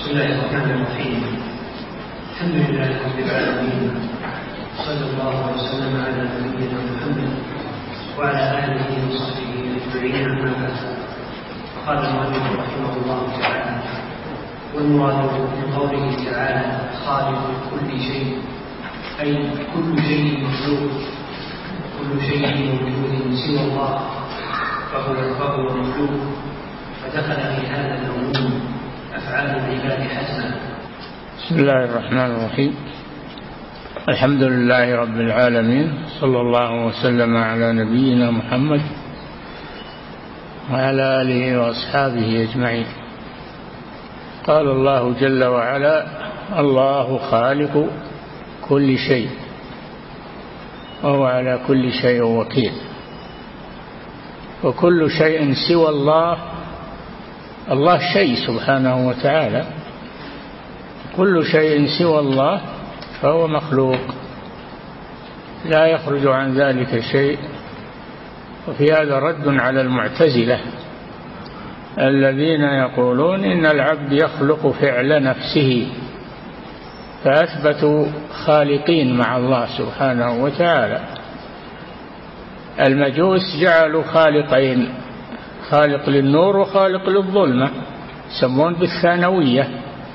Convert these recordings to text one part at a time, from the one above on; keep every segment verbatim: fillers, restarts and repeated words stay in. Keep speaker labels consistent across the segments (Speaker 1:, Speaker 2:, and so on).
Speaker 1: بسم الله الرحمن الرحيم. الحمد لله رب العالمين، صلى الله وسلم على نبينا محمد وعلى آله وصحبه أجمعين. أما بعد، قال المؤلف رحمه الله تعالى: والمراد من قوله تعالى خالق كل شيء أي كل شيء مخلوق، كل شيء موجود سوى الله فهو فهو مخلوق، فدخل في هذا العموم أفعال العباد حسنا.
Speaker 2: بسم الله الرحمن الرحيم. الحمد لله رب العالمين، صلى الله وسلم على نبينا محمد وعلى آله وأصحابه أجمعين. قال الله جل وعلا: الله خالق كل شيء وهو على كل شيء وكيل. وكل شيء سوى الله، الله شيء سبحانه وتعالى، كل شيء سوى الله فهو مخلوق، لا يخرج عن ذلك شيء. وفي هذا رد على المعتزلة الذين يقولون إن العبد يخلق فعل نفسه، فأثبتوا خالقين مع الله سبحانه وتعالى. المجوس جعلوا خالقين، خالق للنور وخالق للظلمة، يسمون بالثانوية.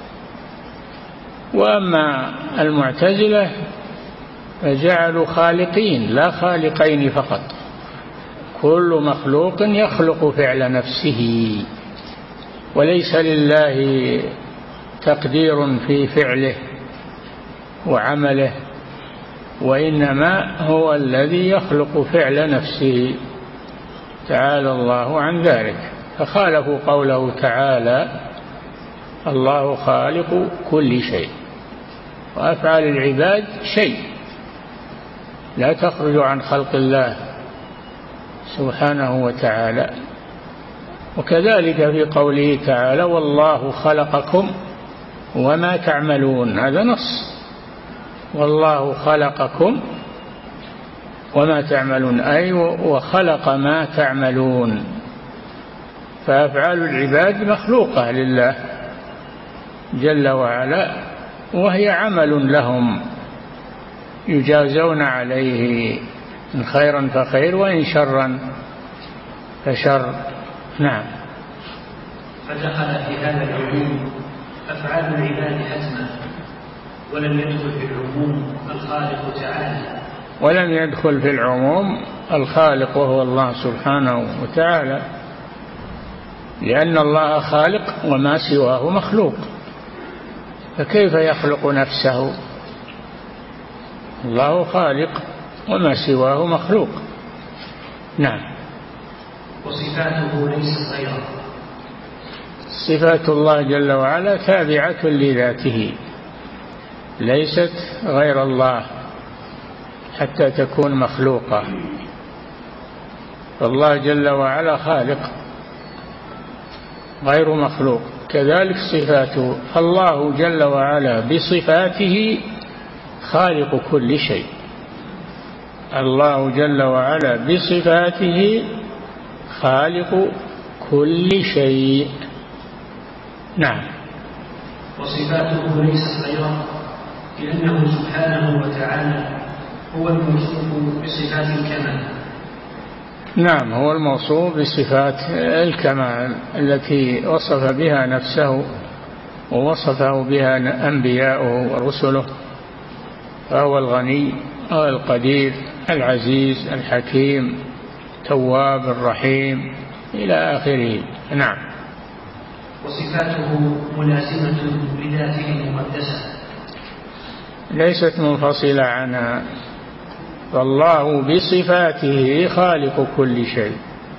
Speaker 2: وأما المعتزلة فجعلوا خالقين لا خالقين فقط، كل مخلوق يخلق فعل نفسه، وليس لله تقدير في فعله وعمله، وإنما هو الذي يخلق فعل نفسه، تعالى الله عن ذلك. فخالفوا قوله تعالى: الله خالق كل شيء. وأفعال العباد شيء لا تخرج عن خلق الله سبحانه وتعالى. وكذلك في قوله تعالى: والله خلقكم وما تعملون، هذا نص، والله خلقكم وما تعملون، أي وخلق ما تعملون. فأفعال العباد مخلوقة لله جل وعلا، وهي عمل لهم يجازون عليه، إن خيرا فخير وإن شرا فشر. نعم.
Speaker 1: فدخل في هذا العموم أفعال العباد حتما، ولم يدخل في العموم الخالق تعالى،
Speaker 2: ولم يدخل في العموم الخالق وهو الله سبحانه وتعالى، لأن الله خالق وما سواه مخلوق، فكيف يخلق نفسه؟ الله خالق وما سواه مخلوق. نعم.
Speaker 1: وصفاته ليست غيره،
Speaker 2: صفات الله جل وعلا تابعة لذاته، ليست غير الله حتى تكون مخلوقة. فالله جل وعلا خالق غير مخلوق، كذلك صفاته. فالله جل وعلا بصفاته خالق كل شيء، الله جل وعلا بصفاته خالق كل شيء. نعم.
Speaker 1: وصفاته ليست غيره، لأنه سبحانه وتعالى هو الموصوف بصفات الكمال.
Speaker 2: نعم، هو الموصوف بصفات الكمال التي وصف بها نفسه ووصفه بها أنبياؤه ورسله، فهو الغني القدير العزيز الحكيم التواب الرحيم إلى آخره. نعم.
Speaker 1: وصفاته ملازمة لذاته المقدسة،
Speaker 2: ليست منفصلة عنها، فالله بصفاته خالق كل شيء،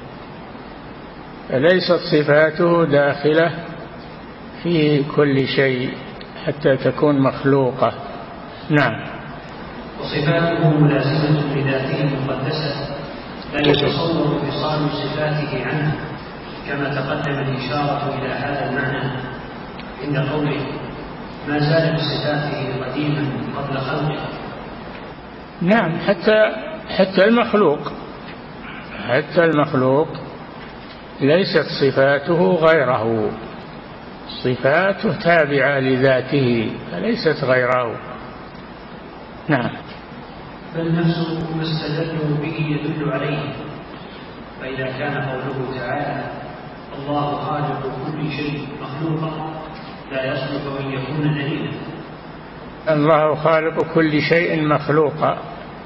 Speaker 2: فليست صفاته داخلة في كل شيء حتى تكون مخلوقة. نعم.
Speaker 1: وصفاته ملازمة لذاته المقدسة، لا يتصور فصال صفاته عنه، كما تقدم الإشارة إلى هذا المعنى عند قوله: ما زالت صفاته قديما قبل خلقه.
Speaker 2: نعم، حتى حتى المخلوق حتى المخلوق ليست صفاته غيره صفاته تابعة لذاته فليست غيره. نعم.
Speaker 1: فالنفس ما استدلوا به يدل عليه، فإذا كان قوله تعالى الله خالق كل شيء مخلوقا لا يصلح أن يكون دليلا.
Speaker 2: الله خالق كل شيء مخلوقا،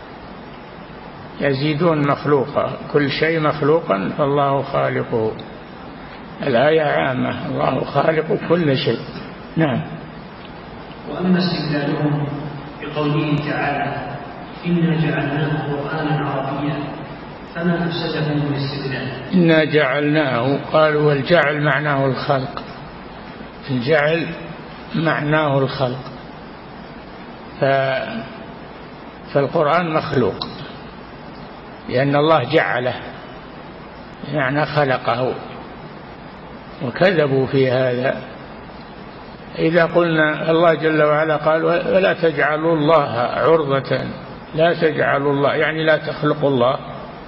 Speaker 2: يزيدون مخلوقا، كل شيء مخلوقا فالله خالقه. الآية عامة، الله خالق كل شيء. نعم.
Speaker 1: وأما استدلالهم بقوله تعالى إنا جعلناه قرآنا عربيا فما أفسده من استدلال.
Speaker 2: إنا جعلناه، قالوا والجعل معناه الخلق، الجعل معناه الخلق، ف... فالقرآن مخلوق لأن الله جعله يعني خلقه، وكذبوا في هذا. إذا قلنا الله جل وعلا قال ولا تجعلوا الله عرضة، لا تجعلوا الله يعني لا تخلقوا الله،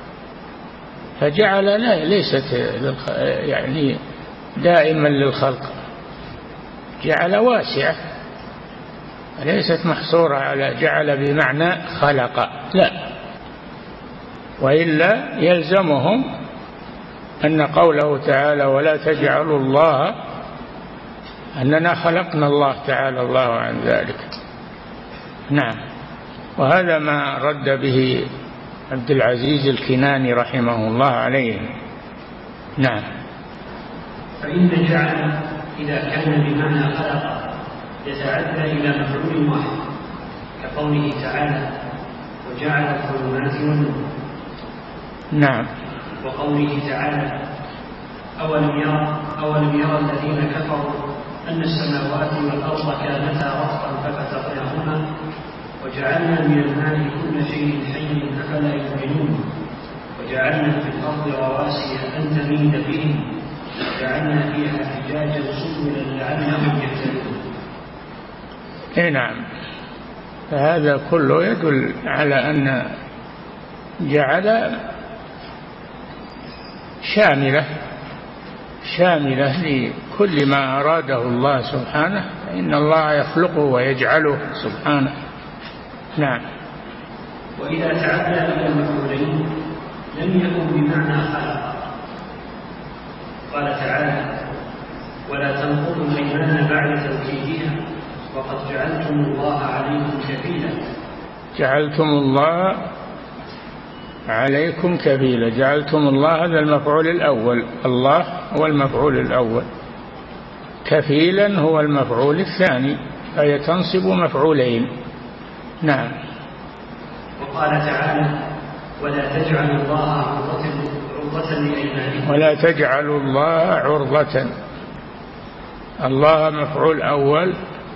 Speaker 2: فجعل لا ليست يعني دائما للخلق، جعل واسعة ليست محصورة على جعل بمعنى خلق، لا، وإلا يلزمهم أن قوله تعالى ولا تجعلوا الله أننا خلقنا الله تعالى الله عن ذلك. نعم. وهذا ما رد به عبد العزيز الكناني رحمه الله عليه. نعم.
Speaker 1: فإن جعل إذا كان بمعنى خلق يتعدى إلى مفعول واحد كقوله تعالى وجعل الظلمات والنور.
Speaker 2: نعم.
Speaker 1: وقوله تعالى أولم يرى أولم يرى الذين كفروا أن السماوات والأرض كانتا رتقا ففتقناهما وجعلنا من الماء كل شيء حي أفلا يؤمنون وجعلنا في الأرض رواسي أن تميد بهم وجعلنا فيها فجاجا سبلا لعلهم يهتدون.
Speaker 2: اي نعم. فهذا كله يدل على أن جعل شاملة شاملة لكل ما أراده الله سبحانه، فإن الله يخلقه ويجعله سبحانه. نعم.
Speaker 1: وإذا تعدى إلى المفعولين لم يكن بمعنى خلق. قال تعالى ولا تنقضوا الأيمان بعد توكيدها وقد جعلتم الله عليكم كفيلا.
Speaker 2: جعلتم الله عليكم كفيلا، جعلتم الله هذا المفعول الأول، الله هو المفعول الأول، كفيلا هو المفعول الثاني، فهي تنصب مفعولين. نعم.
Speaker 1: وقال تعالى ولا تجعلوا الله عرضة لأيمانكم.
Speaker 2: ولا تجعلوا الله عرضة، الله مفعول أول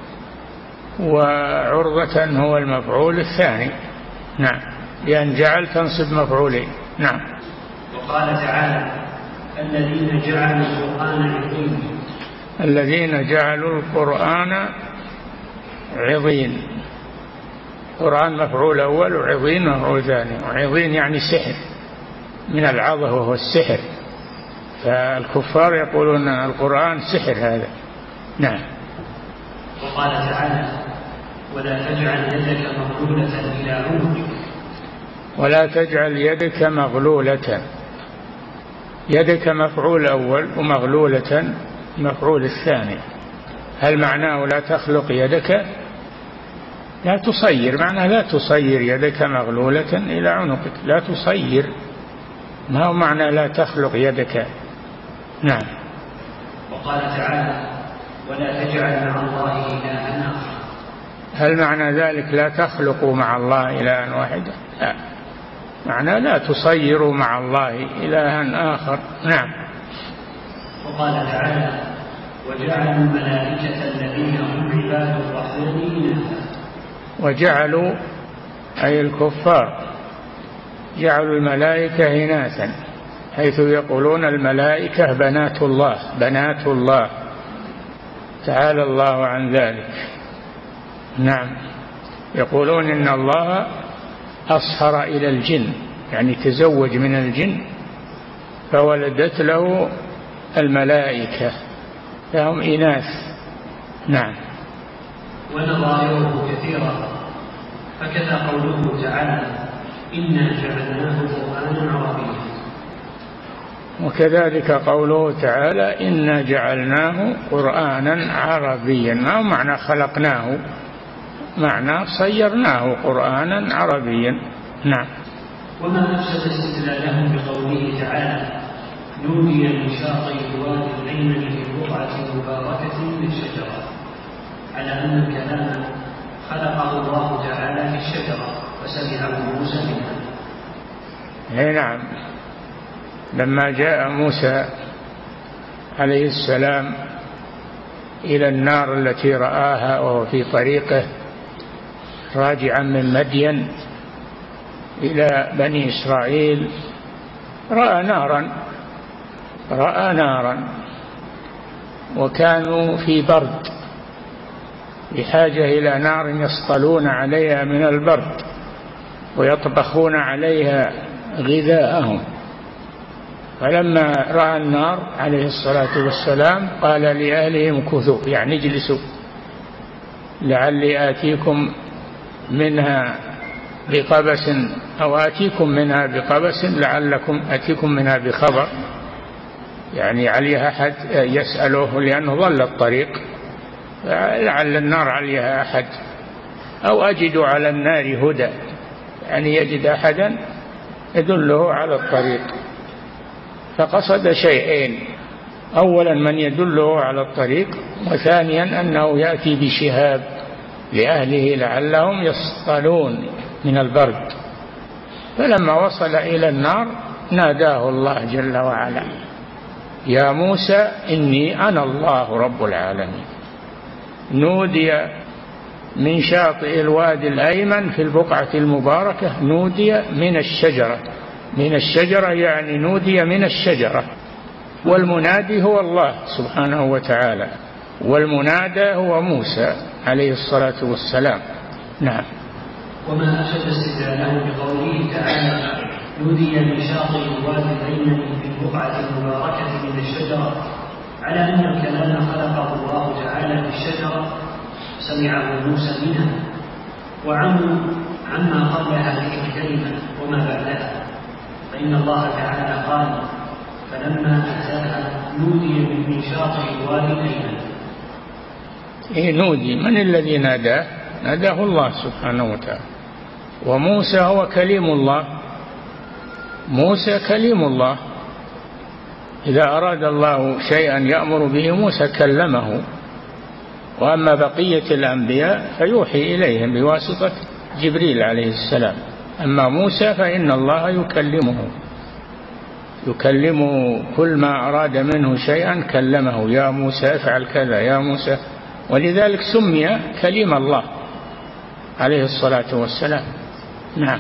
Speaker 2: وعرضة هو المفعول الثاني. نعم. لأن جعل تنصب مفعولين. نعم.
Speaker 1: وقال تعالى الذين جعلوا القرآن عظيم.
Speaker 2: الذين جعلوا القرآن عظيم، القرآن مفعول أول وعظيم مفعول ثاني، وعظيم يعني سحر من العظة وهو السحر، فالكفار يقولون القرآن سحر هذا. نعم.
Speaker 1: وقال تعالى ولا تجعل يدك مغلولة إلى عنقك.
Speaker 2: ولا تجعل يدك مغلولة، يدك مفعول أول ومغلولة مفعول الثاني. هل معناه لا تخلق يدك؟ لا تصير، معناه لا تصير يدك مغلولة إلى عنقك، لا تصير، ما هو معنى لا تخلق يدك. نعم.
Speaker 1: وقال تعالى ولا تجعل مع الله إلها آخر.
Speaker 2: هل معنى ذلك لا تخلقوا مع الله إلها واحدا؟ لا، معنى لا تصيروا مع الله إلها آخر. نعم.
Speaker 1: وقال تعالى وجعلوا الملائكة الذين هم عباد الرحمن إناثا.
Speaker 2: وجعلوا أي الكفار جعلوا الملائكة إناثا، حيث يقولون الملائكة بنات الله، بنات الله تعالى الله عن ذلك. نعم. يقولون إن الله أصهر إلى الجن، يعني تزوج من الجن فولدت له الملائكة، فهم إناث. نعم.
Speaker 1: ونظائره كثيرة، فكذا قوله تعالى إنا جعلناه قرآنا عربيا.
Speaker 2: وكذلك قوله تعالى إنا جعلناه قرآنا عربيا، ما هو معنى خلقناه، معنى صيرناه قرآنا عربيا. نعم.
Speaker 1: وما أفسد استدلالهم بقوله تعالى نودي من شاطئ الوادي الأيمن في بقعة مباركة من شجرة، على أن الكلام خلقه الله تعالى في الشجرة فسمعه موسى منها.
Speaker 2: أي نعم. لما جاء موسى عليه السلام إلى النار التي رآها وهو في طريقه راجعا من مدين إلى بني إسرائيل، رأى نارا رأى نارا وكانوا في برد، بحاجة إلى نار يصطلون عليها من البرد ويطبخون عليها غذاءهم. فلما رأى النار عليه الصلاة والسلام قال لأهلهم كثوا، يعني اجلسوا لعلي آتيكم منها بقبس أو آتيكم منها بقبس لعلكم آتيكم منها بخبر، يعني عليها أحد يسأله لأنه ضل الطريق، لعل النار عليها أحد، أو أجد على النار هدى، يعني يجد أحدا يدله على الطريق. فقصد شيئين، أولا من يدله على الطريق، وثانيا أنه يأتي بشهاب لأهله لعلهم يصطلون من البرد. فلما وصل إلى النار ناداه الله جل وعلا يا موسى إني أنا الله رب العالمين. نودي من شاطئ الوادي الأيمن في البقعة المباركة، نودي من الشجرة، من الشجرة يعني نودي من الشجرة، والمنادي هو الله سبحانه وتعالى، والمنادى هو موسى عليه الصلاة والسلام. نعم.
Speaker 1: وما أفسد استدلاله بقوله تعالى نودي من شاطئ الوادي الأيمن في البقعة المباركة من الشجرة، على أن الكلام خلقه الله تعالى في الشجرة سمعه موسى منها، وعم عما قبل هذه الكلمة وما بعدها، فإن الله تعالى قال فلما أتاها نودي من شاطئ الوادي الأيمن.
Speaker 2: إيه نودي؟ من الذي ناداه؟ ناداه الله سبحانه وتعالى. وموسى هو كليم الله، موسى كليم الله، إذا أراد الله شيئا يأمر به موسى كلمه، وأما بقية الأنبياء فيوحي إليهم بواسطة جبريل عليه السلام، أما موسى فإن الله يكلمه يكلمه كل ما أراد منه شيئا كلمه، يا موسى افعل كذا يا موسى، ولذلك سمي كليم الله عليه الصلاة والسلام. نعم.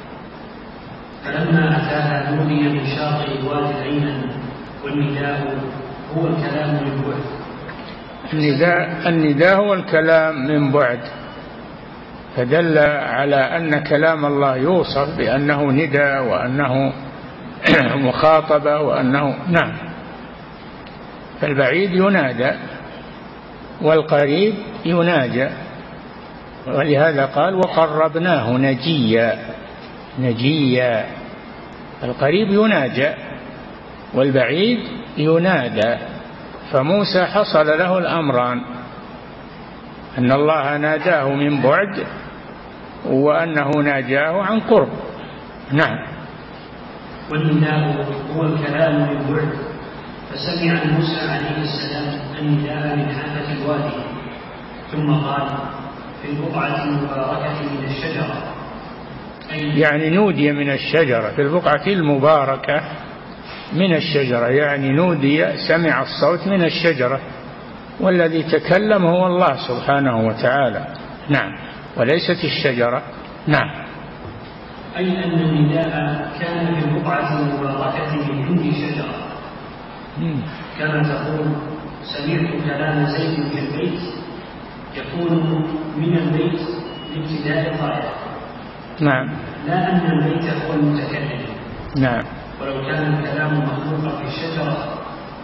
Speaker 1: فلما أتاها نودي من شاطئ الوادي الأيمن، والنداء هو الكلام من بعد.
Speaker 2: النداء النداء هو الكلام من بعد، فدل على أن كلام الله يوصف بأنه ندى وأنه مخاطبة وأنه نعم. فالبعيد ينادى والقريب يناجى، ولهذا قال وقربناه نجيا. نجيا، القريب يناجى والبعيد ينادى. فموسى حصل له الأمران، أن الله ناداه من بعد وأنه ناجاه عن قرب. نعم.
Speaker 1: والنداء هو الكلام من بعد، فسمع موسى عليه السلام النداء من حافة الوادي، ثم قال في البقعة المباركة من الشجرة،
Speaker 2: يعني نودي من الشجرة في البقعة المباركة من الشجرة، يعني نودي سمع الصوت من الشجرة، والذي تكلم هو الله سبحانه وتعالى. نعم، وليست الشجرة. نعم.
Speaker 1: أي أن النداء كان في البقعة المباركة من عند شجرة، كما تقول سمعت كلام زيد في البيت، يكون من البيت لابتداء الغاية.
Speaker 2: نعم.
Speaker 1: لا أن البيت هو المتكلم.
Speaker 2: نعم.
Speaker 1: ولو كان الكلام مخلوقا في الشجرة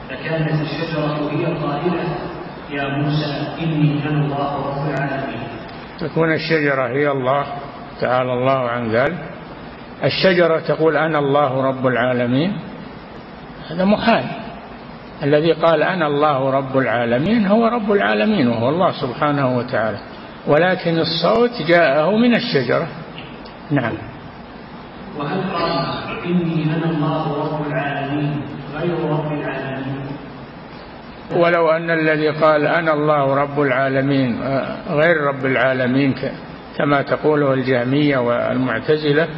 Speaker 1: لكانت الشجرة هي القائلة يا موسى إني أنا الله رب العالمين.
Speaker 2: تكون الشجرة هي الله تعالى الله عن ذلك. الشجرة تقول أنا الله رب العالمين، هذا محال. الذي قال أنا الله رب العالمين هو رب العالمين وهو الله سبحانه وتعالى، ولكن الصوت جاءه من الشجرة. نعم.
Speaker 1: وهل قال إني أنا الله رب العالمين غير رب العالمين؟
Speaker 2: ولو أن الذي قال أنا الله رب العالمين غير رب العالمين كما تقوله الجهمية والمعتزلة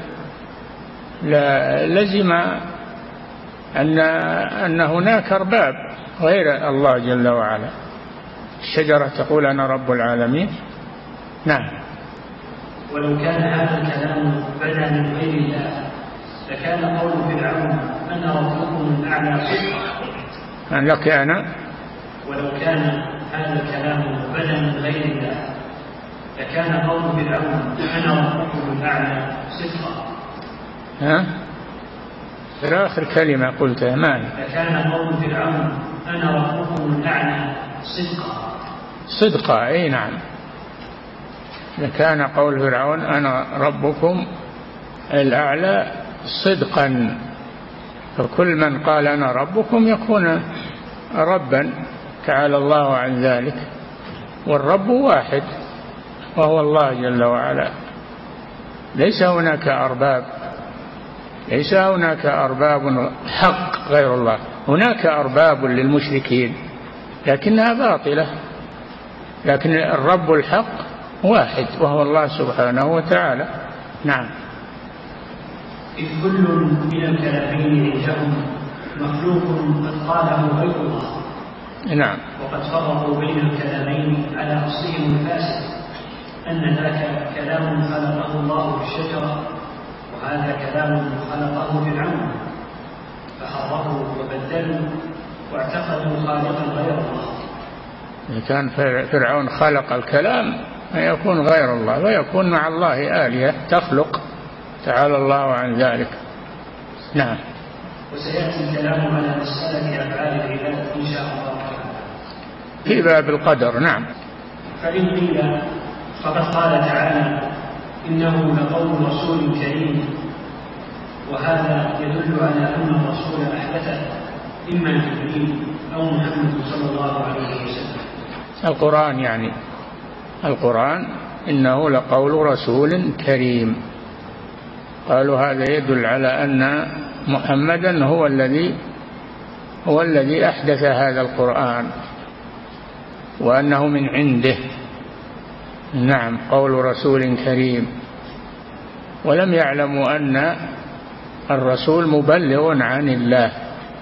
Speaker 2: لزم أن أن هناك أرباب غير الله جل وعلا. الشجرة تقول أنا رب العالمين. نعم.
Speaker 1: ولو كان هذا الكلام بدا من غير الله لكان قول فرعون أنا ربكم الأعلى صدقا.
Speaker 2: لك أنا.
Speaker 1: ولو كان هذا الكلام بدا من غير الله لكان قول فرعون أنا ربكم الأعلى صدقا.
Speaker 2: ها؟ في آخر كلمة قلتها ما
Speaker 1: لكان قول فرعون أنا ربكم الأعلى صدقا.
Speaker 2: صدقا أي نعم. لكان قول فرعون أنا ربكم الأعلى صدقا، فكل من قال أنا ربكم يكون ربا تعالى الله عن ذلك، والرب واحد وهو الله جل وعلا. ليس هناك أرباب، ليس هناك أرباب حق غير الله. هناك أرباب للمشركين لكنها باطلة، لكن الرب الحق واحد وهو الله سبحانه وتعالى. نعم.
Speaker 1: إذ كل من الكلامين عندهم مخلوق قد قاله غير الله.
Speaker 2: نعم.
Speaker 1: وقد فرقوا بين الكلامين على أصلهم الفاسد، أن ذاك كلام خلقه الله في الشجرة وهذا كلام خلقه فرعون، فحرفوا وبدلوا واعتقدوا خالقا غير الله.
Speaker 2: إذا كان فرعون خلق الكلام يكون غير الله ويكون مع الله آلهة تخلق تعالى الله عن ذلك. نعم.
Speaker 1: وسيأتي الكلام على مسألة أفعال العباد إن شاء الله تعالى
Speaker 2: في باب القدر. نعم.
Speaker 1: فإن قيل فقد قال تعالى إنه لقول رسول كريم، وهذا يدل على أن الرسول أحدثه إما جبريل أو محمد صلى الله عليه وسلم.
Speaker 2: القرآن يعني القرآن إنه لقول رسول كريم، قالوا هذا يدل على أن محمدا هو الذي هو الذي أحدث هذا القرآن وأنه من عنده. نعم. قول رسول كريم. ولم يعلموا أن الرسول مبلغ عن الله،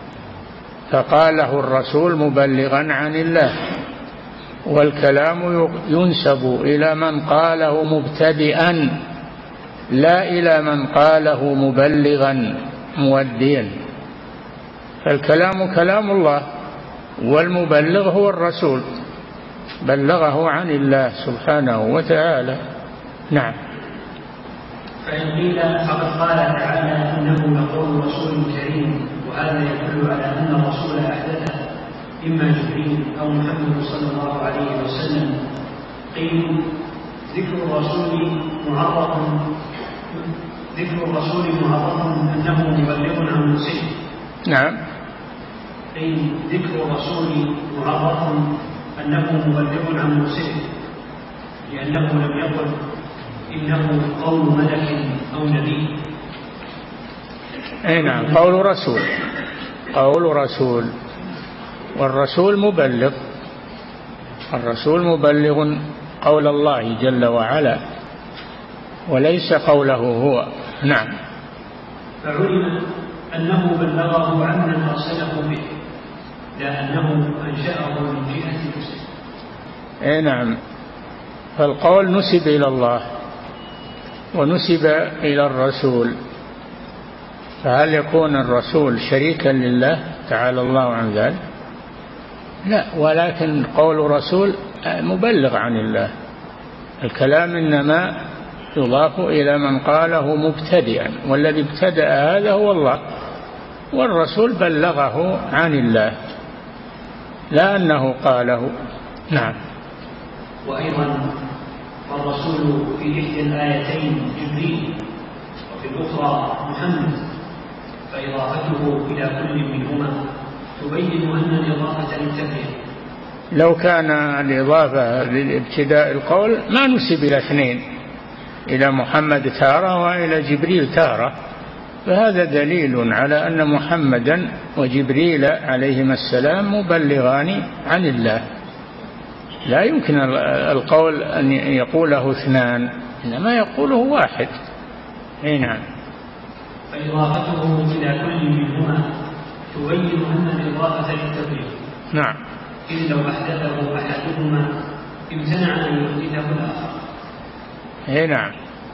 Speaker 2: فقاله الرسول مبلغا عن الله، والكلام ينسب إلى من قاله مبتدئا لا إلى من قاله مبلغا موديا. فالكلام كلام الله والمبلغ هو الرسول بلغه عن الله سبحانه وتعالى. نعم.
Speaker 1: فإن قيل فقد قال تعالى إنه لقول رسول كريم، وهذا يدل على أن الرسول أحدثه إما جبريل أو محمد صلى الله عليه وسلم. قيل ذكر الرسول معرف ذكر الرسول معرف أنه مبلغ عن مرسله.
Speaker 2: نعم.
Speaker 1: قيل ذكر الرسول معرف أنه مبلغ عن مرسله، لأنه لم يقل إنه قول ملك أو نبي.
Speaker 2: أي نعم. قول رسول قول رسول والرسول مبلغ الرسول مبلغ قول الله جل وعلا وليس قوله هو. نعم.
Speaker 1: فعلم أنه بلغه عمن أرسله به لا أنه أنشأه من جهة نفسه.
Speaker 2: أي نعم. فالقول نسب إلى الله ونسب إلى الرسول، فهل يكون الرسول شريكا لله تعالى الله عن ذلك؟ لا، ولكن قول رسول مبلغ عن الله. الكلام إنما يضاف إلى من قاله مبتدئا، والذي ابتدأ هذا هو الله، والرسول بلغه عن الله. لا أنه قاله. نعم.
Speaker 1: وأيضا والرسول في إحدى الآيتين جبريل وفي الأخرى محمد، فإضافته إلى كل منهما تبين أن الإضافة للتبعيض.
Speaker 2: لو كان الإضافة للابتداء القول ما نسب إلى اثنين، إلى محمد تارة وإلى جبريل تارة، فهذا دليل على أن محمدا وجبريل عليهما السلام مبلغان عن الله. لا يمكن القول أن يقوله اثنان، إنما يقوله واحد. أي نعم.
Speaker 1: فإضافته إلى كل منهما تبين أن الإضافة للتبليغ.
Speaker 2: نعم.
Speaker 1: إن لو أحدثه أحدهما امتنع أن يحدثه الآخر.
Speaker 2: أي نعم.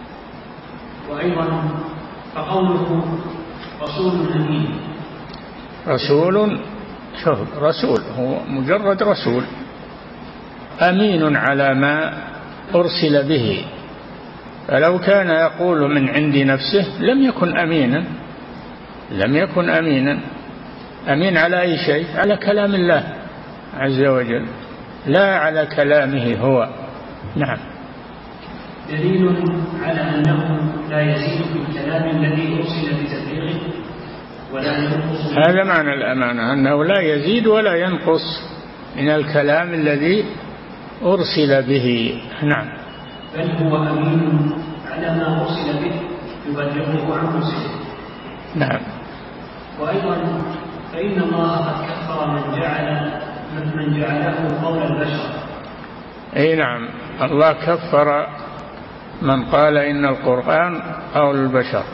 Speaker 1: وأيضا فقوله رسول أمين.
Speaker 2: رسول، شوف، رسول هو مجرد رسول أمين على ما أرسل به، فلو كان يقول من عند نفسه لم يكن أمينا، لم يكن أمينا. أمين على أي شيء؟ على كلام الله عز وجل، لا على كلامه هو. نعم.
Speaker 1: دليل على أنه لا يزيد في الكلام الذي أرسل بتبليغه ولا ينقص.
Speaker 2: هذا معنى الأمانة، أنه لا يزيد ولا ينقص من الكلام الذي أرسل به. نعم.
Speaker 1: بل هو أمين على ما أرسل به يبلغه عن مرسله.
Speaker 2: نعم.
Speaker 1: وأيضا فإن الله قد كفر من جعل من جعله قول البشر.
Speaker 2: أي نعم، الله كفر من قال إن القرآن قول البشر،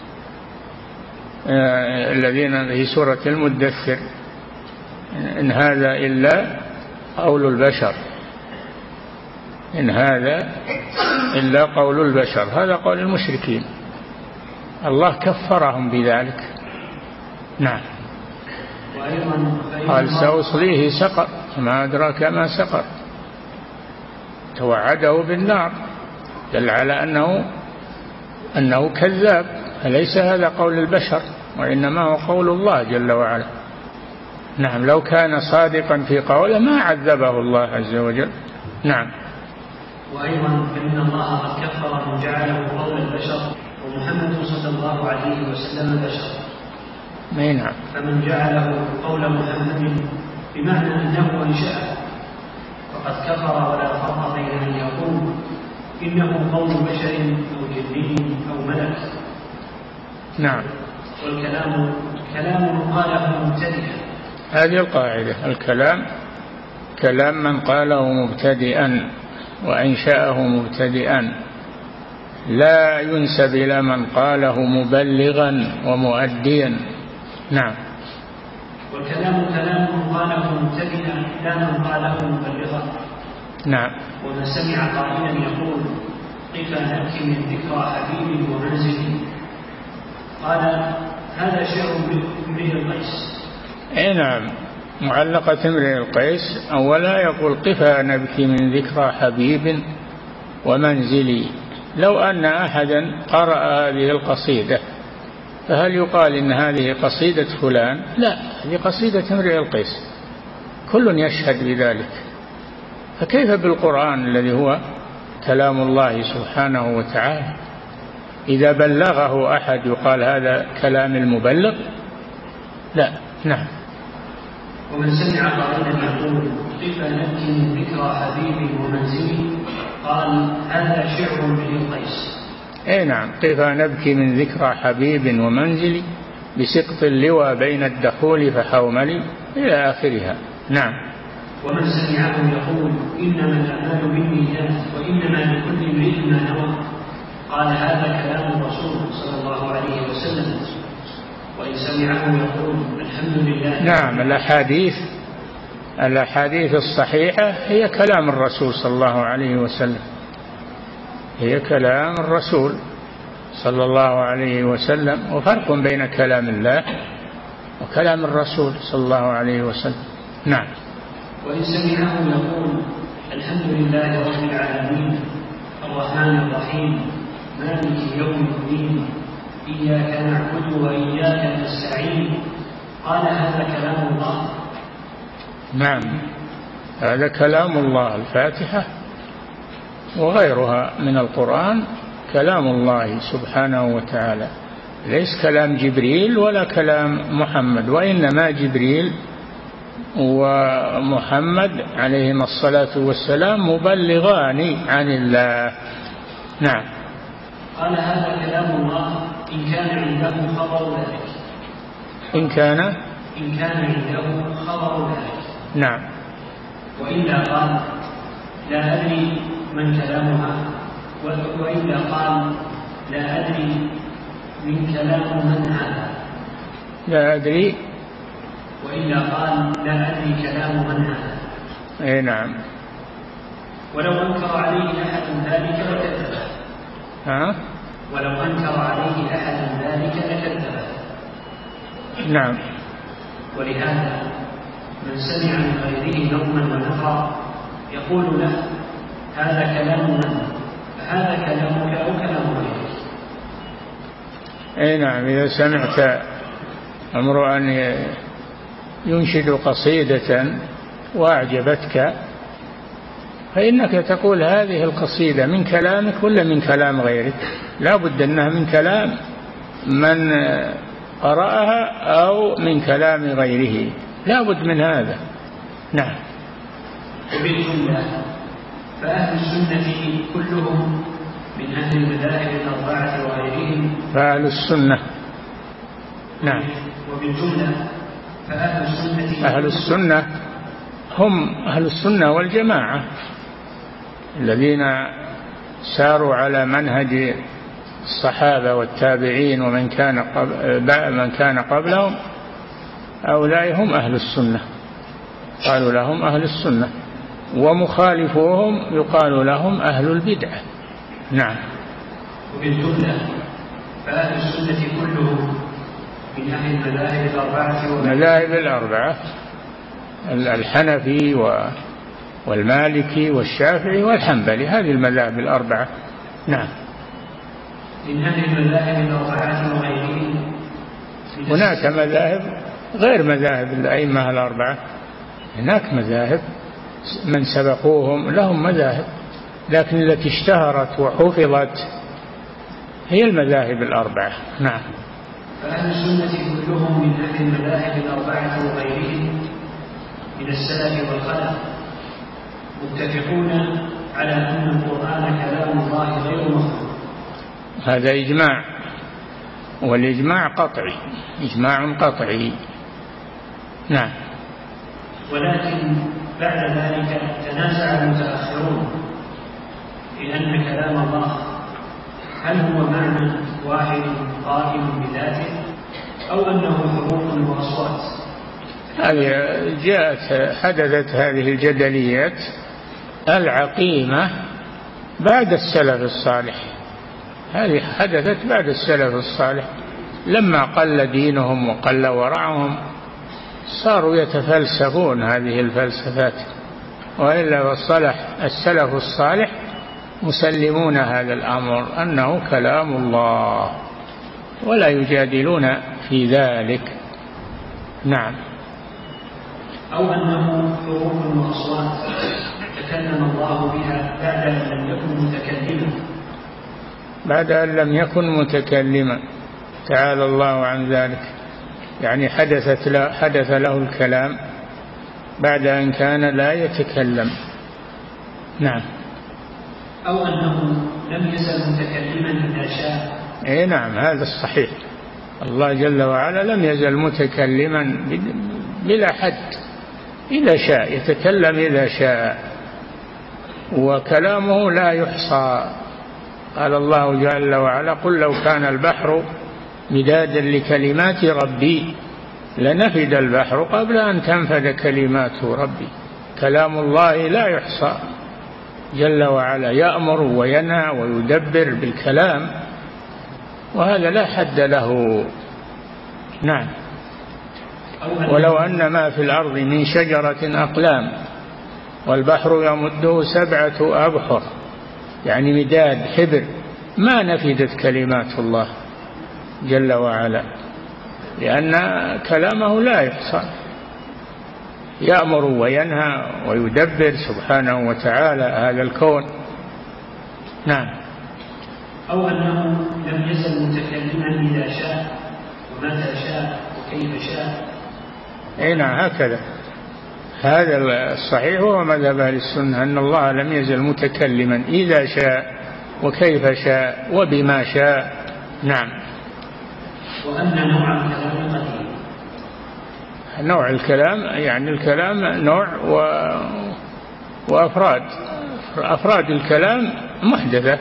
Speaker 2: الذين في سورة المدثر إن هذا إلا قول البشر، إن هذا إلا قول البشر، هذا قول المشركين، الله كفرهم بذلك. نعم. قال سأصليه سقر، ما أدراك ما سقر، توعده بالنار، دل على أنه أنه كذاب، أليس هذا قول البشر وإنما هو قول الله جل وعلا. نعم. لو كان صادقا في قوله ما عذبه الله عز وجل. نعم.
Speaker 1: وأيضا فإن الله قد كفر من جعله قول البشر، ومحمد صلى الله عليه وسلم بشر.
Speaker 2: نعم.
Speaker 1: فمن جعله قول محمد بمعنى أنه أنشأه فقد كفر، ولا فرق بين أن يقول إنه قول بشر أو جني أو ملك.
Speaker 2: نعم.
Speaker 1: والكلام كلام قاله مبتدئا.
Speaker 2: هذه القاعدة، الكلام كلام من قاله مبتدئا وأنشأه مبتدئا، لا ينسب إلى من قاله مبلغا ومؤديا. نعم.
Speaker 1: والكلام كلام قاله مبتدئا لا من قاله مبلغا.
Speaker 2: نعم.
Speaker 1: ومن سمع قائلا يقول قف نبكي من ذكرى حبيبي ومنزلي، قال هذا شعر امرئ القيس.
Speaker 2: اي نعم، معلقة امرئ القيس أولا يقول قفا نبكي من ذكرى حبيب ومنزلي. لو أن أحدا قرأ هذه القصيدة فهل يقال إن هذه قصيدة فلان؟ لا، هذه قصيدة امرئ القيس، كل يشهد بذلك. فكيف بالقرآن الذي هو كلام الله سبحانه وتعالى؟ إذا بلغه أحد يقال هذا كلام المبلغ؟ لا. نعم.
Speaker 1: ومن سمع قائلا يقول قف نبكي من ذكرى حبيبي ومنزلي، قال هذا شعر امرئ القيس.
Speaker 2: اي نعم، قف نبكي من ذكرى حبيب ومنزلي بسقط اللوى بين الدخول فحوملي إلى آخرها. نعم.
Speaker 1: ومن سمعه يقول إنما الأعمال بالنيات وإنما لكل امرئ ما نوى، قال هذا كلام الرسول صلى الله عليه وسلم. وإن سمعه يقول الحمد لله.
Speaker 2: نعم. الأحاديث الأحاديث الصحيحة هي كلام الرسول صلى الله عليه وسلم، هي كلام الرسول صلى الله عليه وسلم، وفرق بين كلام الله وكلام الرسول صلى الله عليه وسلم. نعم.
Speaker 1: وإن سمعه يقول الحمد لله رب العالمين الرحمن الرحيم مالك يوم الدين إياك نعبد وإياك نستعين، قال هذا كلام الله.
Speaker 2: نعم، هذا كلام الله. الفاتحة وغيرها من القرآن كلام الله سبحانه وتعالى، ليس كلام جبريل ولا كلام محمد، وإنما جبريل ومحمد عليهما الصلاة والسلام مبلغان عن الله. نعم.
Speaker 1: قال هذا كلام الله إن كان عنده خبر ذلك.
Speaker 2: إن كان
Speaker 1: إن كان عنده خبر ذلك.
Speaker 2: نعم.
Speaker 1: وإلا قال لا أدري من كلامها، وإلا قال لا أدري من كلام من هذا.
Speaker 2: لا أدري.
Speaker 1: وإلا قال لا أدري كلام من هذا.
Speaker 2: أي نعم.
Speaker 1: ولو أنكر عليه أحد ذلك لكذبه.
Speaker 2: ها؟
Speaker 1: ولو أنكر عليه أحد ذلك لكذبه.
Speaker 2: نعم.
Speaker 1: ولهذا من سمع من غيره نظما ونثرا يقول له هذا كلام من؟ هذا كلامك أو كلام غيرك؟
Speaker 2: أي نعم. إذا سمعت امرؤ أن ينشد قصيدة وأعجبتك فإنك تقول هذه القصيدة من كلامك ولا من كلام غيرك؟ لا بد أنها من كلام من قرأها أو من كلام غيره، لا بد من هذا. نعم.
Speaker 1: وبالجملة فأهل السنة كلهم من أهل المذاهب الأربعة وغيرهم.
Speaker 2: فأهل السنة. نعم.
Speaker 1: وبالجملة فأهل السنة
Speaker 2: أهل السنة هم أهل السنة والجماعة الذين ساروا على منهج الصحابة والتابعين ومن كان قبل من كان قبلهم، هؤلاء هم أهل السنة، قالوا لهم أهل السنة، ومخالفوهم يقال لهم أهل البدعة. نعم.
Speaker 1: وبالجملة فأهل السنة كلهم من أهل المذاهب الأربعة.
Speaker 2: المذاهب الأربعة الحنفي والمالكي والشافعي والحنبلي، هذه المذاهب الأربعة. نعم.
Speaker 1: من أهل المذاهب الأربعة وغيرهم.
Speaker 2: هناك مذاهب غير مذاهب الأئمة الأربعة، هناك مذاهب من سبقوهم لهم مذاهب، لكن التي اشتهرت وحفظت هي المذاهب الأربعة. نعم.
Speaker 1: فأهل السنة كلهم من أهل المذاهب الأربعة وغيرهم من السلف والخلف متفقون على أن القرآن كلام الله غير مخلوق.
Speaker 2: هذا إجماع، والإجماع قطعي، إجماع قطعي. نعم.
Speaker 1: ولكن بعد ذلك تنازع المتأخرون في أن كلام الله هل هو معنى واحد قائم بذاته أو أنه حروف وأصوات.
Speaker 2: هذه جاءت حدثت هذه الجدليات العقيمة بعد السلف الصالح، هذه حدثت بعد السلف الصالح لما قل دينهم وقل ورعهم صاروا يتفلسفون هذه الفلسفات، وإلا والصلح السلف الصالح مسلمون هذا الأمر أنه كلام الله ولا يجادلون في ذلك. نعم.
Speaker 1: أو أنه حروف وأصوات تكلم الله بها بعد أن لم يكن متكلما.
Speaker 2: بعد أن لم يكن متكلما تعالى الله عن ذلك، يعني حدثت له حدث له الكلام بعد أن كان لا يتكلم. نعم.
Speaker 1: أو أنه لم يزل متكلما إذا شاء.
Speaker 2: إيه نعم، هذا الصحيح، الله جل وعلا لم يزل متكلما بلا حد، إذا شاء يتكلم إذا شاء، وكلامه لا يحصى. قال الله جل وعلا قل لو كان البحر مدادا لكلمات ربي لنفد البحر قبل أن تنفد كلمات ربي. كلام الله لا يحصى جل وعلا، يأمر وينهى ويدبر بالكلام، وهذا لا حد له. نعم. ولو أن ما في الأرض من شجرة أقلام والبحر يمده سبعة أبحر، يعني مداد حبر، ما نفدت كلمات الله جل وعلا، لأن كلامه لا يحصى يأمر وينهى ويدبر سبحانه وتعالى هذا الكون. نعم.
Speaker 1: أو أنه لم يزل متكلما إذا شاء ومتى شاء وكيف شاء.
Speaker 2: أي نعم هكذا، هذا الصحيح هو مذهب أهل السنة، أن الله لم يزل متكلما إذا شاء وكيف شاء وبما شاء. نعم.
Speaker 1: وأن نوع الكلام قديم.
Speaker 2: نوع الكلام يعني الكلام نوع و... وأفراد أفراد الكلام محدثة،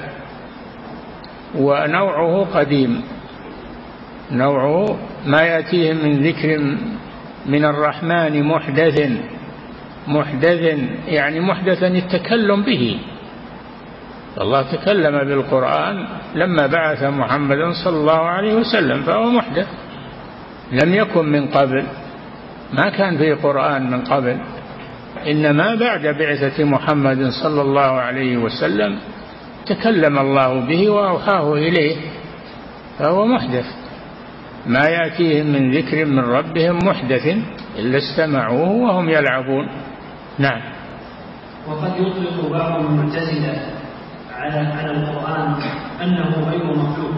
Speaker 2: ونوعه قديم. نوعه ما يأتيهم من ذكر من الرحمن محدث. محدث يعني محدثا التكلم به. الله تكلم بالقرآن لما بعث محمدا صلى الله عليه وسلم، فهو محدث، لم يكن من قبل، ما كان فيه قرآن من قبل، إنما بعد بعثة محمد صلى الله عليه وسلم تكلم الله به وأوحاه إليه، فهو محدث. ما يأتيهم من ذكر من ربهم محدث إلا استمعوه وهم يلعبون. نعم.
Speaker 1: وقد يطلق بعض المعتزلة على على القرآن أنه غير مخلوق،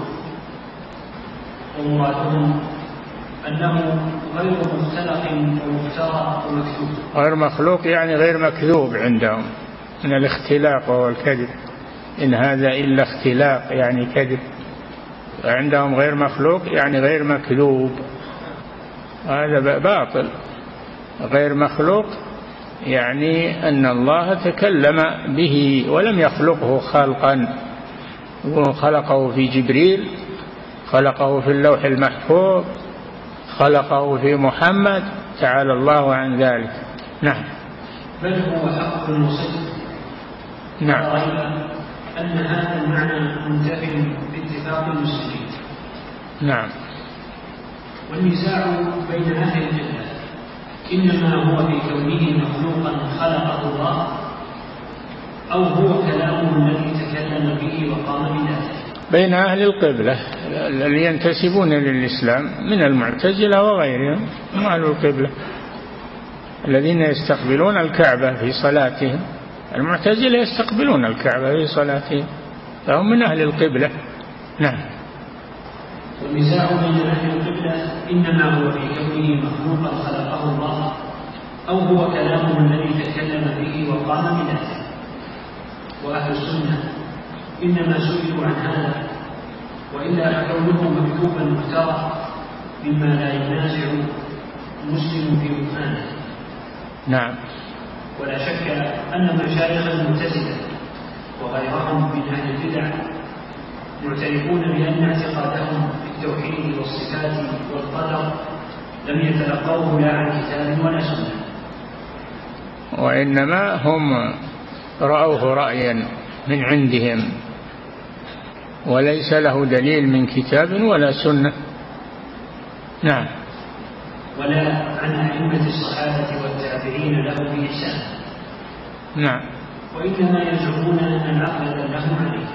Speaker 1: ومرادهم أنه غير مختلق ومفترى ومكذوب.
Speaker 2: غير مخلوق يعني غير مكذوب عندهم، من الاختلاق وهو الكذب، إن هذا إلا اختلاق يعني كذب. عندهم غير مخلوق يعني غير مكذوب، هذا باطل. غير مخلوق يعني أن الله تكلم به ولم يخلقه خلقا، وخلقه في جبريل، خلقه في اللوح المحفوظ، خلقه في محمد، تعالى الله عن ذلك. نعم.
Speaker 1: بل هو حق وصدق.
Speaker 2: نعم.
Speaker 1: رأيت أن هذا المعنى منتف باتفاق المسلمين.
Speaker 2: نعم.
Speaker 1: والنزاع بين أهل الجنة إنما هو في كونه مخلوقا خلقه الله، أو هو كلامه الذي تكلم به وقام بذاته.
Speaker 2: بين أهل القبلة الذي ينتسبون للإسلام من المعتزلة وغيرهم، أهل القبلة الذين يستقبلون الكعبة في صلاتهم. المعتزلة يستقبلون الكعبة في صلاتهم، فهم من أهل القبلة. نعم.
Speaker 1: والنزاع بين أهل القبلة إنما هو في كونه مخلوقا خلقه الله، أو هو كلامه الذي تكلم به وقام بذاته. وأهل السنة إنما سئلوا عن هذا، وإلا كونه مكتوبا مخترع مما لا ينازع مسلم في بطلانه.
Speaker 2: نعم.
Speaker 1: ولا شك أن مشايخ المعتزلة وغيرهم من أهل البدع معترفون بأن اعتقادهم في التوحيد والصفات والقدر لم يتلقوه لا عن كتاب ولا سنة،
Speaker 2: وإنما هم رأوه رأيا من عندهم، وليس له دليل من كتاب ولا سنة. نعم.
Speaker 1: ولا عن أئمة الصحابة والتابعين له بإحسان.
Speaker 2: نعم.
Speaker 1: وإنما يزعمون أن العقل دلهم عليه،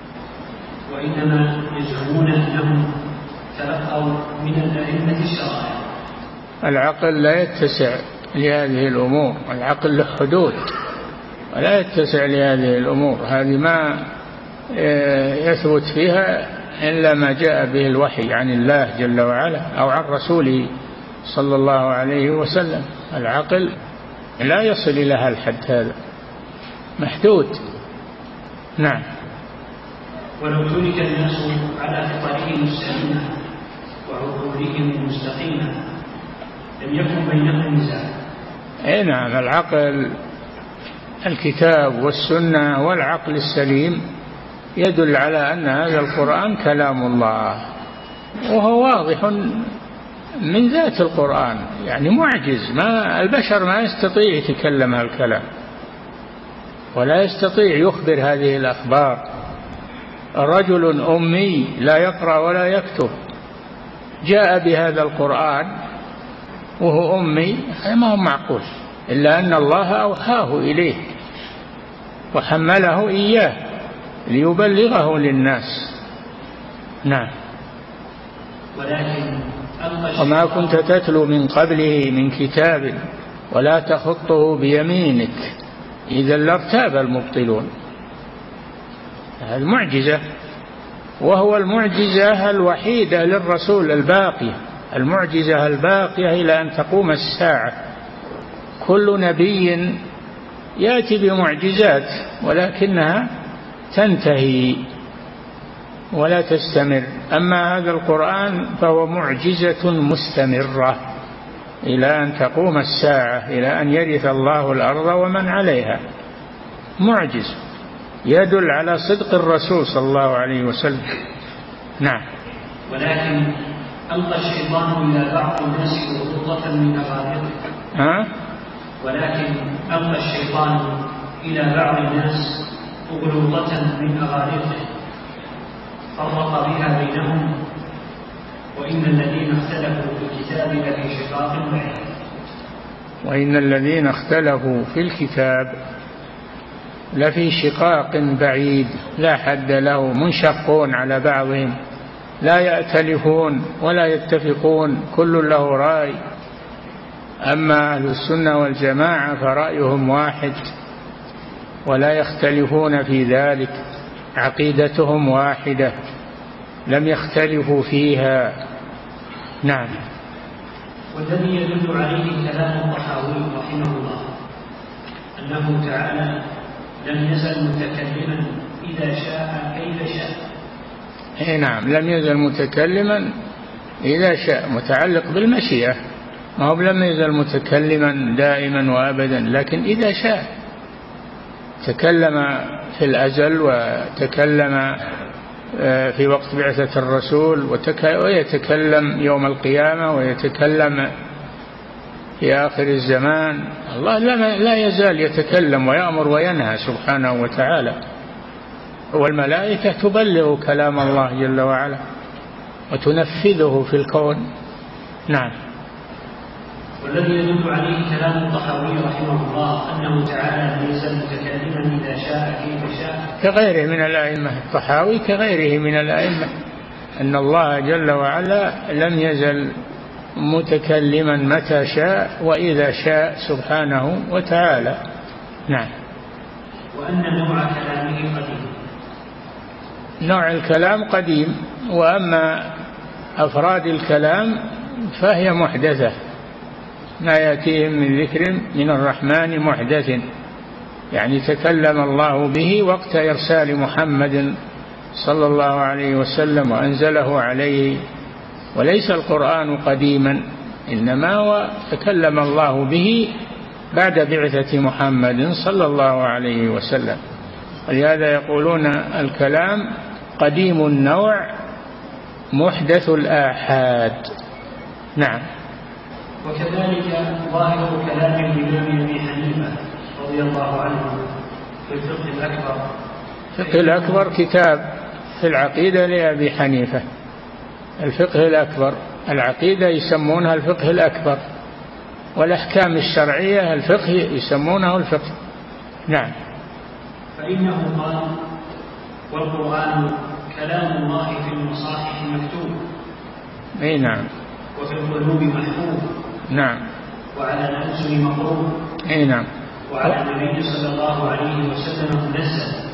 Speaker 1: وإنما يزعمون أنهم تلقوا من الأئمة الشرائع.
Speaker 2: العقل لا يتسع لهذه الأمور، العقل له حدود ولا يتسع لهذه الأمور، هذه ما يثبت فيها إلا ما جاء به الوحي عن الله جل وعلا أو عن رسوله صلى الله عليه وسلم. العقل لا يصل إلى هالحد، هذا محدود. نعم.
Speaker 1: ولو ترك الناس على فطرهم السليمة وعقولهم المستقيمة لم يكن بينهم نزاع.
Speaker 2: اي نعم. العقل الكتاب والسنة والعقل السليم يدل على أن هذا القرآن كلام الله، وهو واضح من ذات القرآن، يعني معجز، ما البشر ما يستطيع يتكلم هالكلام ولا يستطيع يخبر هذه الأخبار. رجل أمي لا يقرأ ولا يكتب جاء بهذا القرآن وهو أمي، ما هو معقول، إلا أن الله أوحاه إليه وحمله إياه ليبلغه للناس. نعم.
Speaker 1: ولكن
Speaker 2: وما كنت تتلو من قبله من كتاب ولا تخطه بيمينك إذا لارتاب المبطلون. هذه معجزة، وهو المعجزة الوحيدة للرسول الباقية، المعجزة الباقية إلى أن تقوم الساعة. كل نبي يأتي بمعجزات ولكنها تنتهي ولا تستمر، أما هذا القرآن فهو معجزة مستمرة إلى أن تقوم الساعة، إلى أن يرث الله الأرض ومن عليها. معجز يدل على صدق الرسول صلى الله عليه وسلم. نعم.
Speaker 1: ولكن ألقى الشيطان إلى بعض الناس غضة من أغارقه.
Speaker 2: ها؟
Speaker 1: ولكن ألقى الشيطان إلى بعض الناس غضة من أغارقه فرق بها بينهم، وإن الذين اختلفوا في الكتاب لفي شقاق بعيد.
Speaker 2: وإن الذين اختلفوا في الكتاب لفي شقاق بعيد، لا حد له، منشقون على بعضهم، لا يأتلفون ولا يتفقون، كل له رأي. أما أهل السنة والجماعة فرأيهم واحد ولا يختلفون في ذلك، عقيدتهم واحدة لم يختلفوا فيها. نعم.
Speaker 1: والذي يدل عليه كلام الطحاوي رحمه الله أنه تعالى لم يزل متكلما إذا شاء كيف شاء.
Speaker 2: اي نعم، لم يزل متكلما إذا شاء، متعلق بالمشيئة، ما هو لم يزل متكلما دائما وأبدا، لكن إذا شاء. تكلم في الأزل وتكلم في وقت بعثة الرسول، ويتكلم يوم القيامة، ويتكلم في آخر الزمان. الله لا يزال يتكلم ويأمر وينهى سبحانه وتعالى، والملائكة تبلغ كلام الله جل وعلا وتنفذه في الكون. نعم.
Speaker 1: والذي يدل عليه كلام الطحاوي رحمه الله أنه تعالى لم يزل متكلما إذا شاء كيف شاء،
Speaker 2: كغيره من الأئمة. الطحاوي كغيره من الأئمة، أن الله جل وعلا لم يزل متكلما متى شاء وإذا شاء سبحانه وتعالى. نعم.
Speaker 1: وأن نوع كلامه قديم.
Speaker 2: نوع الكلام قديم، وأما أفراد الكلام فهي محدثة، ما يأتيهم من ذكر من الرحمن محدث، يعني تكلم الله به وقت إرسال محمد صلى الله عليه وسلم وأنزله عليه، وليس القرآن قديما، إنما هو تكلم الله به بعد بعثة محمد صلى الله عليه وسلم. ولهذا يقولون الكلام قديم النوع محدث الآحاد. نعم.
Speaker 1: وكذلك ظاهر كلام الإمام أبي حنيفة رضي الله عنه في الفقه الأكبر.
Speaker 2: الفقه الأكبر كتاب في العقيدة لأبي حنيفة، الفقه الأكبر. العقيدة يسمونها الفقه الأكبر، والأحكام الشرعية الفقه يسمونه الفقه. نعم.
Speaker 1: فإنه قال: والقرآن كلام الله في المصاحف مكتوب.
Speaker 2: أي نعم.
Speaker 1: وفي القلوب محفوظ.
Speaker 2: نعم.
Speaker 1: وعلى الألسن مقروء.
Speaker 2: أي نعم.
Speaker 1: وعلى النبي صلى الله عليه وسلم منزل.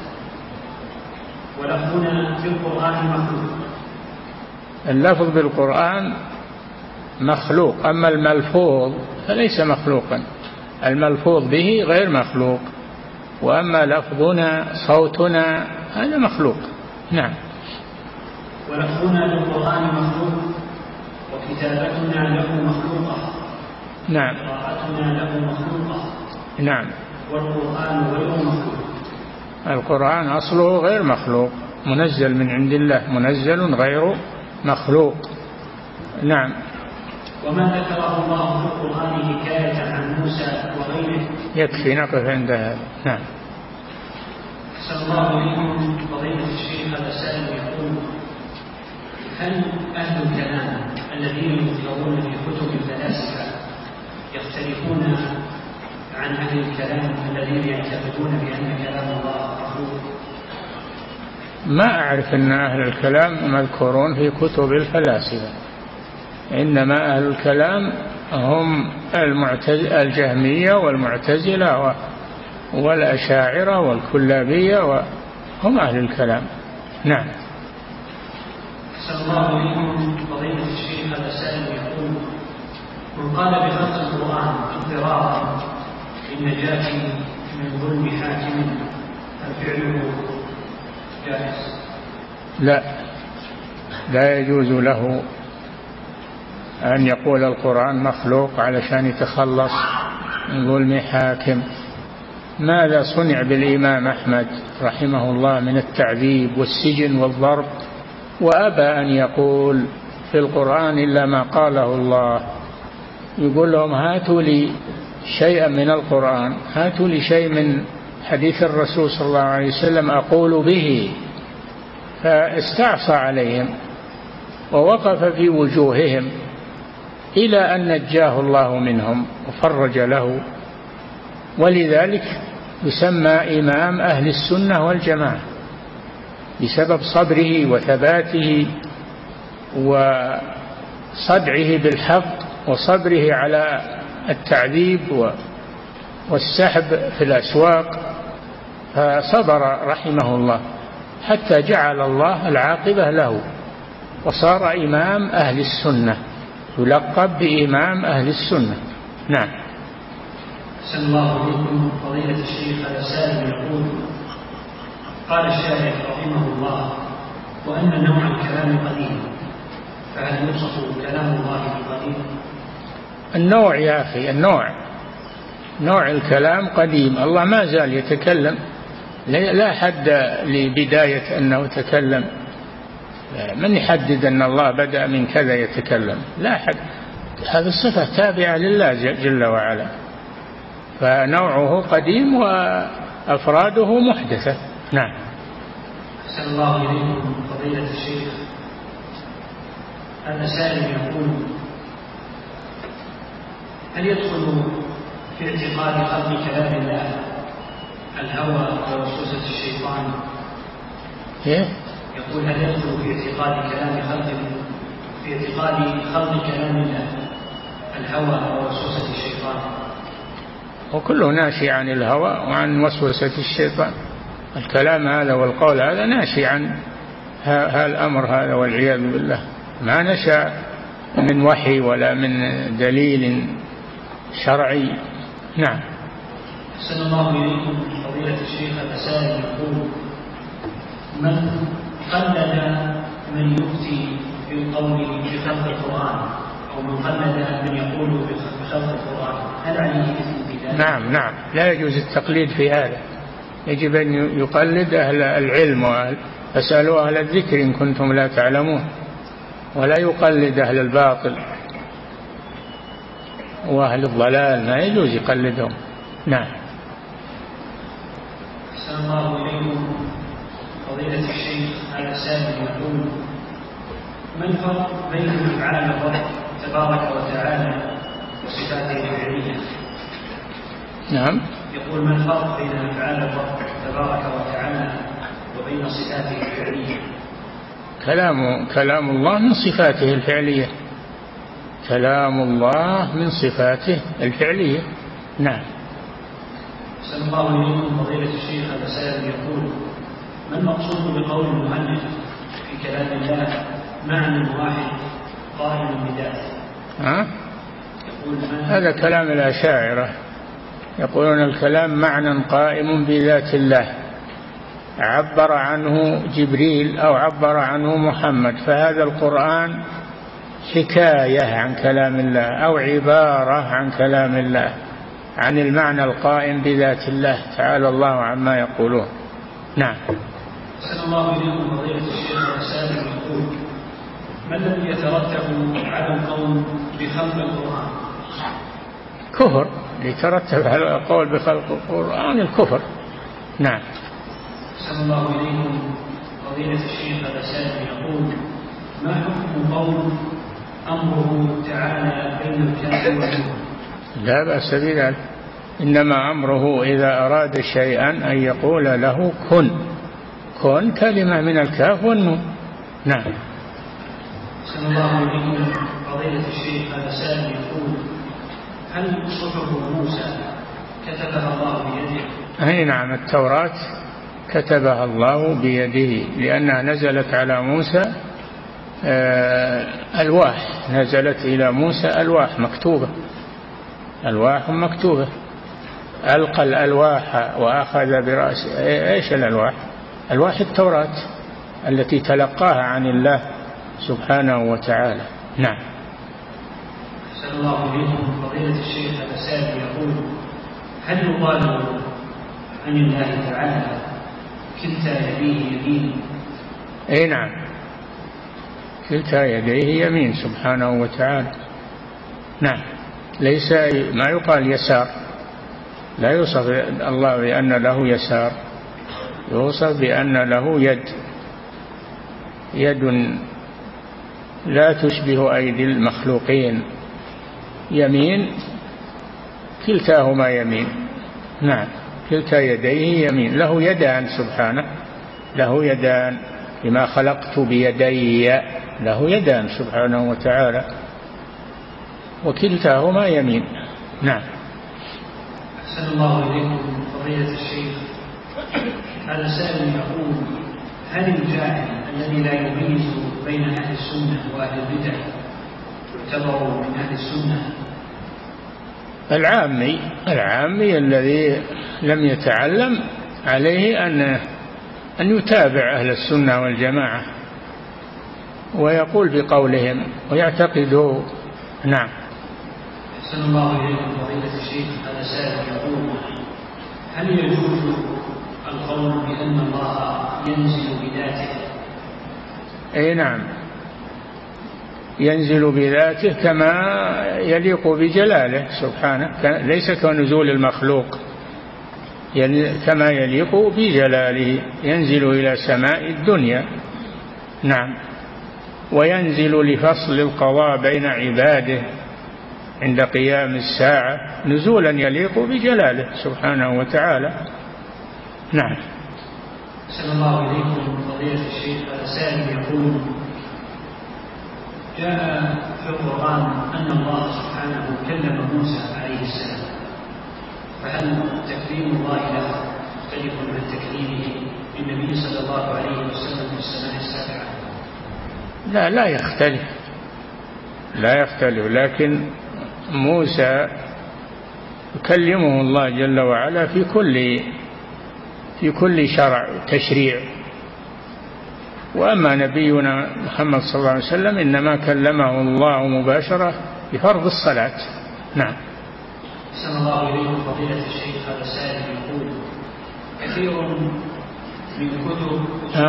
Speaker 1: ولفظنا في القرآن مخلوق.
Speaker 2: اللفظ بالقرآن مخلوق، أما الملفوظ فليس مخلوقا، الملفوظ به غير مخلوق، وأما لفظنا صوتنا هذا مخلوق. نعم.
Speaker 1: ولفظنا بالقرآن مخلوق، وكتابتنا له مخلوقة.
Speaker 2: نعم.
Speaker 1: قراءتنا له مخلوقة.
Speaker 2: نعم.
Speaker 1: والقرآن غير مخلوق.
Speaker 2: القرآن أصله غير مخلوق، منزل من عند الله، منزل غير مخلوق. نعم.
Speaker 1: وما ذكره الله في القرآن حكاية عن موسى وغيره.
Speaker 2: يكفي نقف عند هذا. نعم.
Speaker 1: أحسن الله إليكم. فضيلة الشيخ السائل يقول: هل أهل الكلام الذين يذكرون في كتب الفلاسفة يختلفون عن أهل الكلام الذين يعتقدون بأن كلام الله مخلوق؟
Speaker 2: ما أعرف أن أهل الكلام مذكورون في كتب الفلاسفة، إنما أهل الكلام هم الجهمية والمعتزلة والأشاعرة والكلابية وهم أهل الكلام. نعم.
Speaker 1: أحسن الله إليكم فضيلة الشيخ. هذا سائل يقول: من قال بخلق القرآن اضطرارا للنجاة من ظلم حاكم ففعله جائز؟
Speaker 2: لا، لا يجوز له أن يقول القرآن مخلوق علشان يتخلص من ظلم حاكم. ماذا صنع بالإمام أحمد رحمه الله من التعذيب والسجن والضرب، وأبى أن يقول في القرآن إلا ما قاله الله. يقول لهم هاتوا لي شيئا من القرآن، هاتوا لي شيء من حديث الرسول صلى الله عليه وسلم أقول به. فاستعصى عليهم ووقف في وجوههم إلى أن نجاه الله منهم وفرج له، ولذلك يسمى إمام أهل السنة والجماعة بسبب صبره وثباته وصدعه بالحق وصبره على التعذيب والسحب في الأسواق، فصبر رحمه الله حتى جعل الله العاقبة له وصار إمام أهل السنة، يلقب بإمام أهل السنة. نعم.
Speaker 1: أحسن الله إليكم فضيلة الشيخ. هذا سائل يقول: قال الشارع رحمه الله: وأن نوع الكلام قديم، فهل يوصف كلام الله بالقديم؟
Speaker 2: النوع يا أخي، النوع نوع الكلام قديم. الله ما زال يتكلم، لا حد لبداية أنه تكلم. من يحدد أن الله بدأ من كذا يتكلم؟ لا حد. هذه الصفة تابعة لله جل وعلا، فنوعه قديم وأفراده محدثة. نعم.
Speaker 1: أحسن الله إليكم فضيلة الشيخ. هذا سائل يقول: هل يدخل في اعتقاد خلق كلام الله الهوى ووسوسة الشيطان؟
Speaker 2: إيه؟
Speaker 1: يقول: هل يدخل في اعتقاد كلام خلق في اعتقاد خلق كلام الله الهوى ووسوسة الشيطان؟
Speaker 2: وكله ناشئ عن الهوى وعن وسوسة الشيطان. الكلام هذا والقول هذا ناشئ عن هذا الأمر هذا والعياذ بالله، ما نشأ من وحي ولا من دليل شرعي. نعم.
Speaker 1: أحسن الله إليكم فضيلة الشيخ. السائل يقول: من قلد من يفتي بالقول بخلق القرآن أو من قلد من يقول بخلق القرآن هل عليه إثم بذلك؟
Speaker 2: نعم نعم، لا يجوز التقليد في هذا. يجب أن يقلد أهل العلم وأهل فاسألوا أهل الذكر إن كنتم لا تعلمون، ولا يقلد أهل الباطل وأهل الضلال، ما يجوز يقلدهم. نعم.
Speaker 1: أحسن الله إليكم فضيلة الشيخ. هذا سائل يقول: ما الفرق بين أفعال الرب تبارك وتعالى وصفاته الفعلية؟
Speaker 2: نعم.
Speaker 1: يقول: ما الفرق بين أفعال الرب تبارك وتعالى وبين صفاته الفعلية؟
Speaker 2: كلام كلام الله من صفاته الفعلية، كلام الله من صفاته الفعلية. نعم.
Speaker 1: أحسن الله إليكم فضيلة الشيخ. هذا سائل يقول: ما المقصود بقول المؤلف في كلام الله معنى واحد قائم بذاته؟
Speaker 2: ها؟ هذا كلام الأشاعرة، يقولون الكلام معنى قائم بذات الله، عبر عنه جبريل أو عبر عنه محمد، فهذا القرآن حكاية عن كلام الله أو عبارة عن كلام الله، عن المعنى القائم بذات الله، تعالى الله عما يقولون. نعم.
Speaker 1: أحسن الله إليكم فضيلة الشيخ. السائل يقول: ما الذي يترتب على القول بخلق القرآن؟
Speaker 2: كفر. يترتب على القول بخلق القرآن الكفر. نعم.
Speaker 1: أحسن الله إليكم فضيلة الشيخ. هذا سائل يقول: ما حكم قول أمره تعالى بين الكاف والنون؟
Speaker 2: لا بأس بذلك، إنما أمره إذا أراد شيئا أن يقول له كن، كن كلمة من الكاف والنون. نعم.
Speaker 1: أحسن الله إليكم فضيلة الشيخ. هذا سائل يقول: هل صحف موسى كتبها الله بيده؟
Speaker 2: أي نعم، التوراة كتبها الله بيده لأنها نزلت على موسى ألواح، نزلت إلى موسى ألواح مكتوبة، ألواح مكتوبة. ألقى الألواح وأخذ برأس. إيش الألواح؟ ألواح التوراة التي تلقاها عن الله سبحانه وتعالى. نعم.
Speaker 1: أحسن الله إليكم. فضيلة الشيخ الأساد يقول: هل يقال عن الله تعالى كلتا يديه يمين؟
Speaker 2: أي نعم، كلتا يديه يمين سبحانه وتعالى. نعم، ليس ما يقال يسار، لا يوصف الله بأن له يسار، يوصف بأن له يد، يد لا تشبه أيدي المخلوقين، يمين، كلتاهما يمين. نعم، كلتا يديه يمين، له يدان سبحانه، له يدان، لما خلقت بيدي، له يدان سبحانه وتعالى، وكلتاهما يمين. نعم.
Speaker 1: أحسن الله إليكم. فضيلة الشيخ هذا سائل يقول: هل الجاهل الذي لا يميز بين أهل السنة وأهل البدع يعتبر من أهل السنة؟
Speaker 2: العامي، العامي الذي لم يتعلم عليه أن أن يتابع أهل السنة والجماعة ويقول بقولهم ويعتقدوا. نعم.
Speaker 1: أحسن الله إليكم. فضيلة الشيخ هذا سائل يقول: هل يجوز القول بأن الله ينزل بذاته؟
Speaker 2: أي نعم، ينزل بذاته كما يليق بجلاله سبحانه، ليس كنزول المخلوق، كما يليق بجلاله، ينزل إلى سماء الدنيا. نعم. وينزل لفصل القضاء بين عباده عند قيام الساعة نزولا يليق بجلاله سبحانه وتعالى. نعم.
Speaker 1: أحسن الله إليكم. فضيلة الشيخ السائل يقول: جاء في القرآن أن الله سبحانه كلم موسى عليه السلام، فهل تكليم الله له مختلف عن تكليمه للنبي صلى الله عليه وسلم في السماء السابعة؟
Speaker 2: لا، لا يختلف، لا يختلف، لكن موسى يكلمه الله جل وعلا في كل في كل شرع تشريع، وأما نبينا محمد صلى الله عليه وسلم إنما كلمه الله مباشرة بفرض الصلاة. نعم.
Speaker 1: أحسن الله إليكم. فضيلة الشيخ هذا سائل يقول: كثير من كتب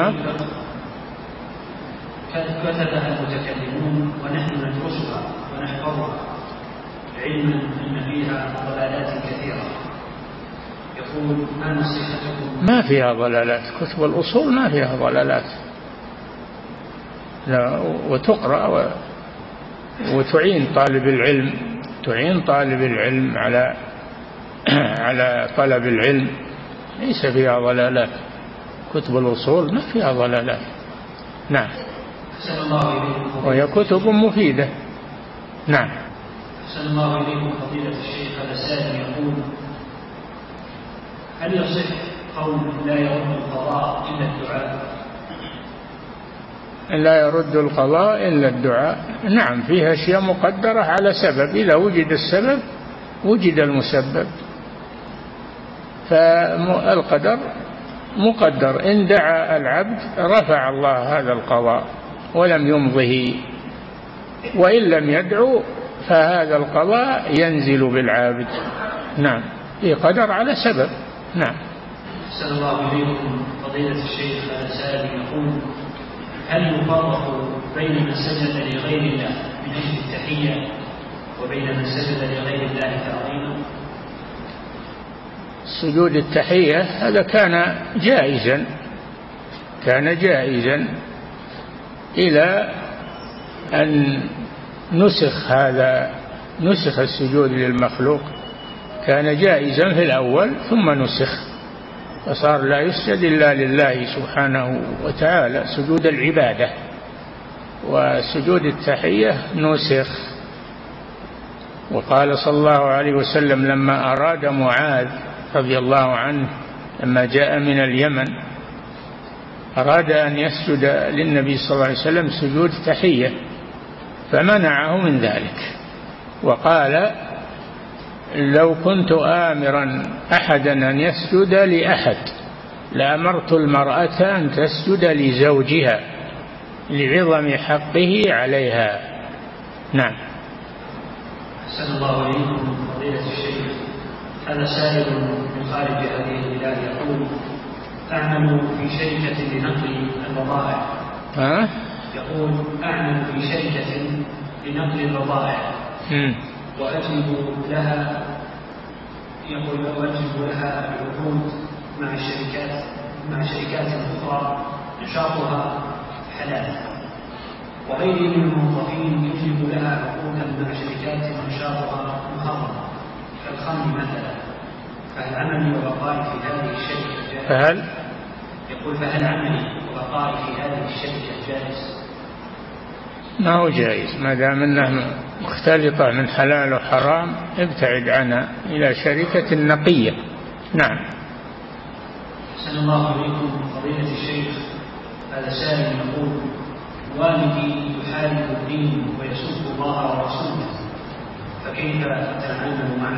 Speaker 1: كتبها المتكلمون ونحن ندرسها ونحفظها علما أن فيها ضلالات كثيرة، يقول: ما نصيحتكم؟
Speaker 2: ما فيها ضلالات، كتب الأصول ما فيها ضلالات، لا، وتقرأ و... وتعين طالب العلم، تعين طالب العلم على على طلب العلم، ليس فيها ضلالات، كتب الأصول ما فيها ضلالات. نعم.
Speaker 1: أحسن الله إليكم.
Speaker 2: وهي كتب مفيدة. نعم.
Speaker 1: أحسن الله إليكم. فضيلة الشيخ هذا سائل يقول: هل يصح قول لا يرد القضاء إلا الدعاء؟
Speaker 2: لا يرد القضاء إلا الدعاء. نعم، فيها أشياء مقدرة على سبب، إذا وجد السبب وجد المسبب، فالقدر مقدر، إن دعا العبد رفع الله هذا القضاء ولم يمضه، وإن لم يدعو فهذا القضاء ينزل بالعابد. نعم، في قدر على سبب. نعم.
Speaker 1: أحسن الله إليكم. فضيلة الشيخ سائل يقول: هل يفرق بين من سجد لغير الله من أجل التحية وبين من سجد لغير الله تعظيما؟
Speaker 2: سجود التحية هذا كان جائزا، كان جائزا إلى أن نسخ هذا، نسخ السجود للمخلوق، كان جائزا في الأول ثم نسخ فصار لا يسجد إلا لله سبحانه وتعالى، سجود العبادة، وسجود التحية نسخ وقال صلى الله عليه وسلم لما أراد معاذ رضي الله عنه لما جاء من اليمن أراد أن يسجد للنبي صلى الله عليه وسلم سجود تحية فمنعه من ذلك وقال لو كنت آمرا أحدا أن يسجد لأحد لأمرت المرأة أن تسجد لزوجها لعظم حقه عليها. نعم.
Speaker 1: أحسن الله إليكم فضيلة الشيخ. هذا سائل من خارج هذه البلاد يقول أعمل في شركة لنقل البضائع.
Speaker 2: ها؟
Speaker 1: يقول أعمل في شركة لنقل البضائع وأجلب لها يقول وأجلب لها العقود مع الشركات مع شركات أخرى نشاطها حلال، وغيري من الموظفين يجلب لها عقودا مع شركات نشاطها محرم كالخمر مثلا، فهل عملي وبقائي في هذه الشركة جائز؟
Speaker 2: فهل
Speaker 1: يقول فهل عملي وبقائي في هذه الشركة جائز؟
Speaker 2: ما هو جائز ما دام انها مختلطة من حلال وحرام ابتعد عنها إلى شركة نقية. نعم.
Speaker 1: أحسن الله إليكم فضيلة الشيخ. هذا سائل يقول والدي يحارب الدين ويسب الله ورسوله فكيف أتعامل معه؟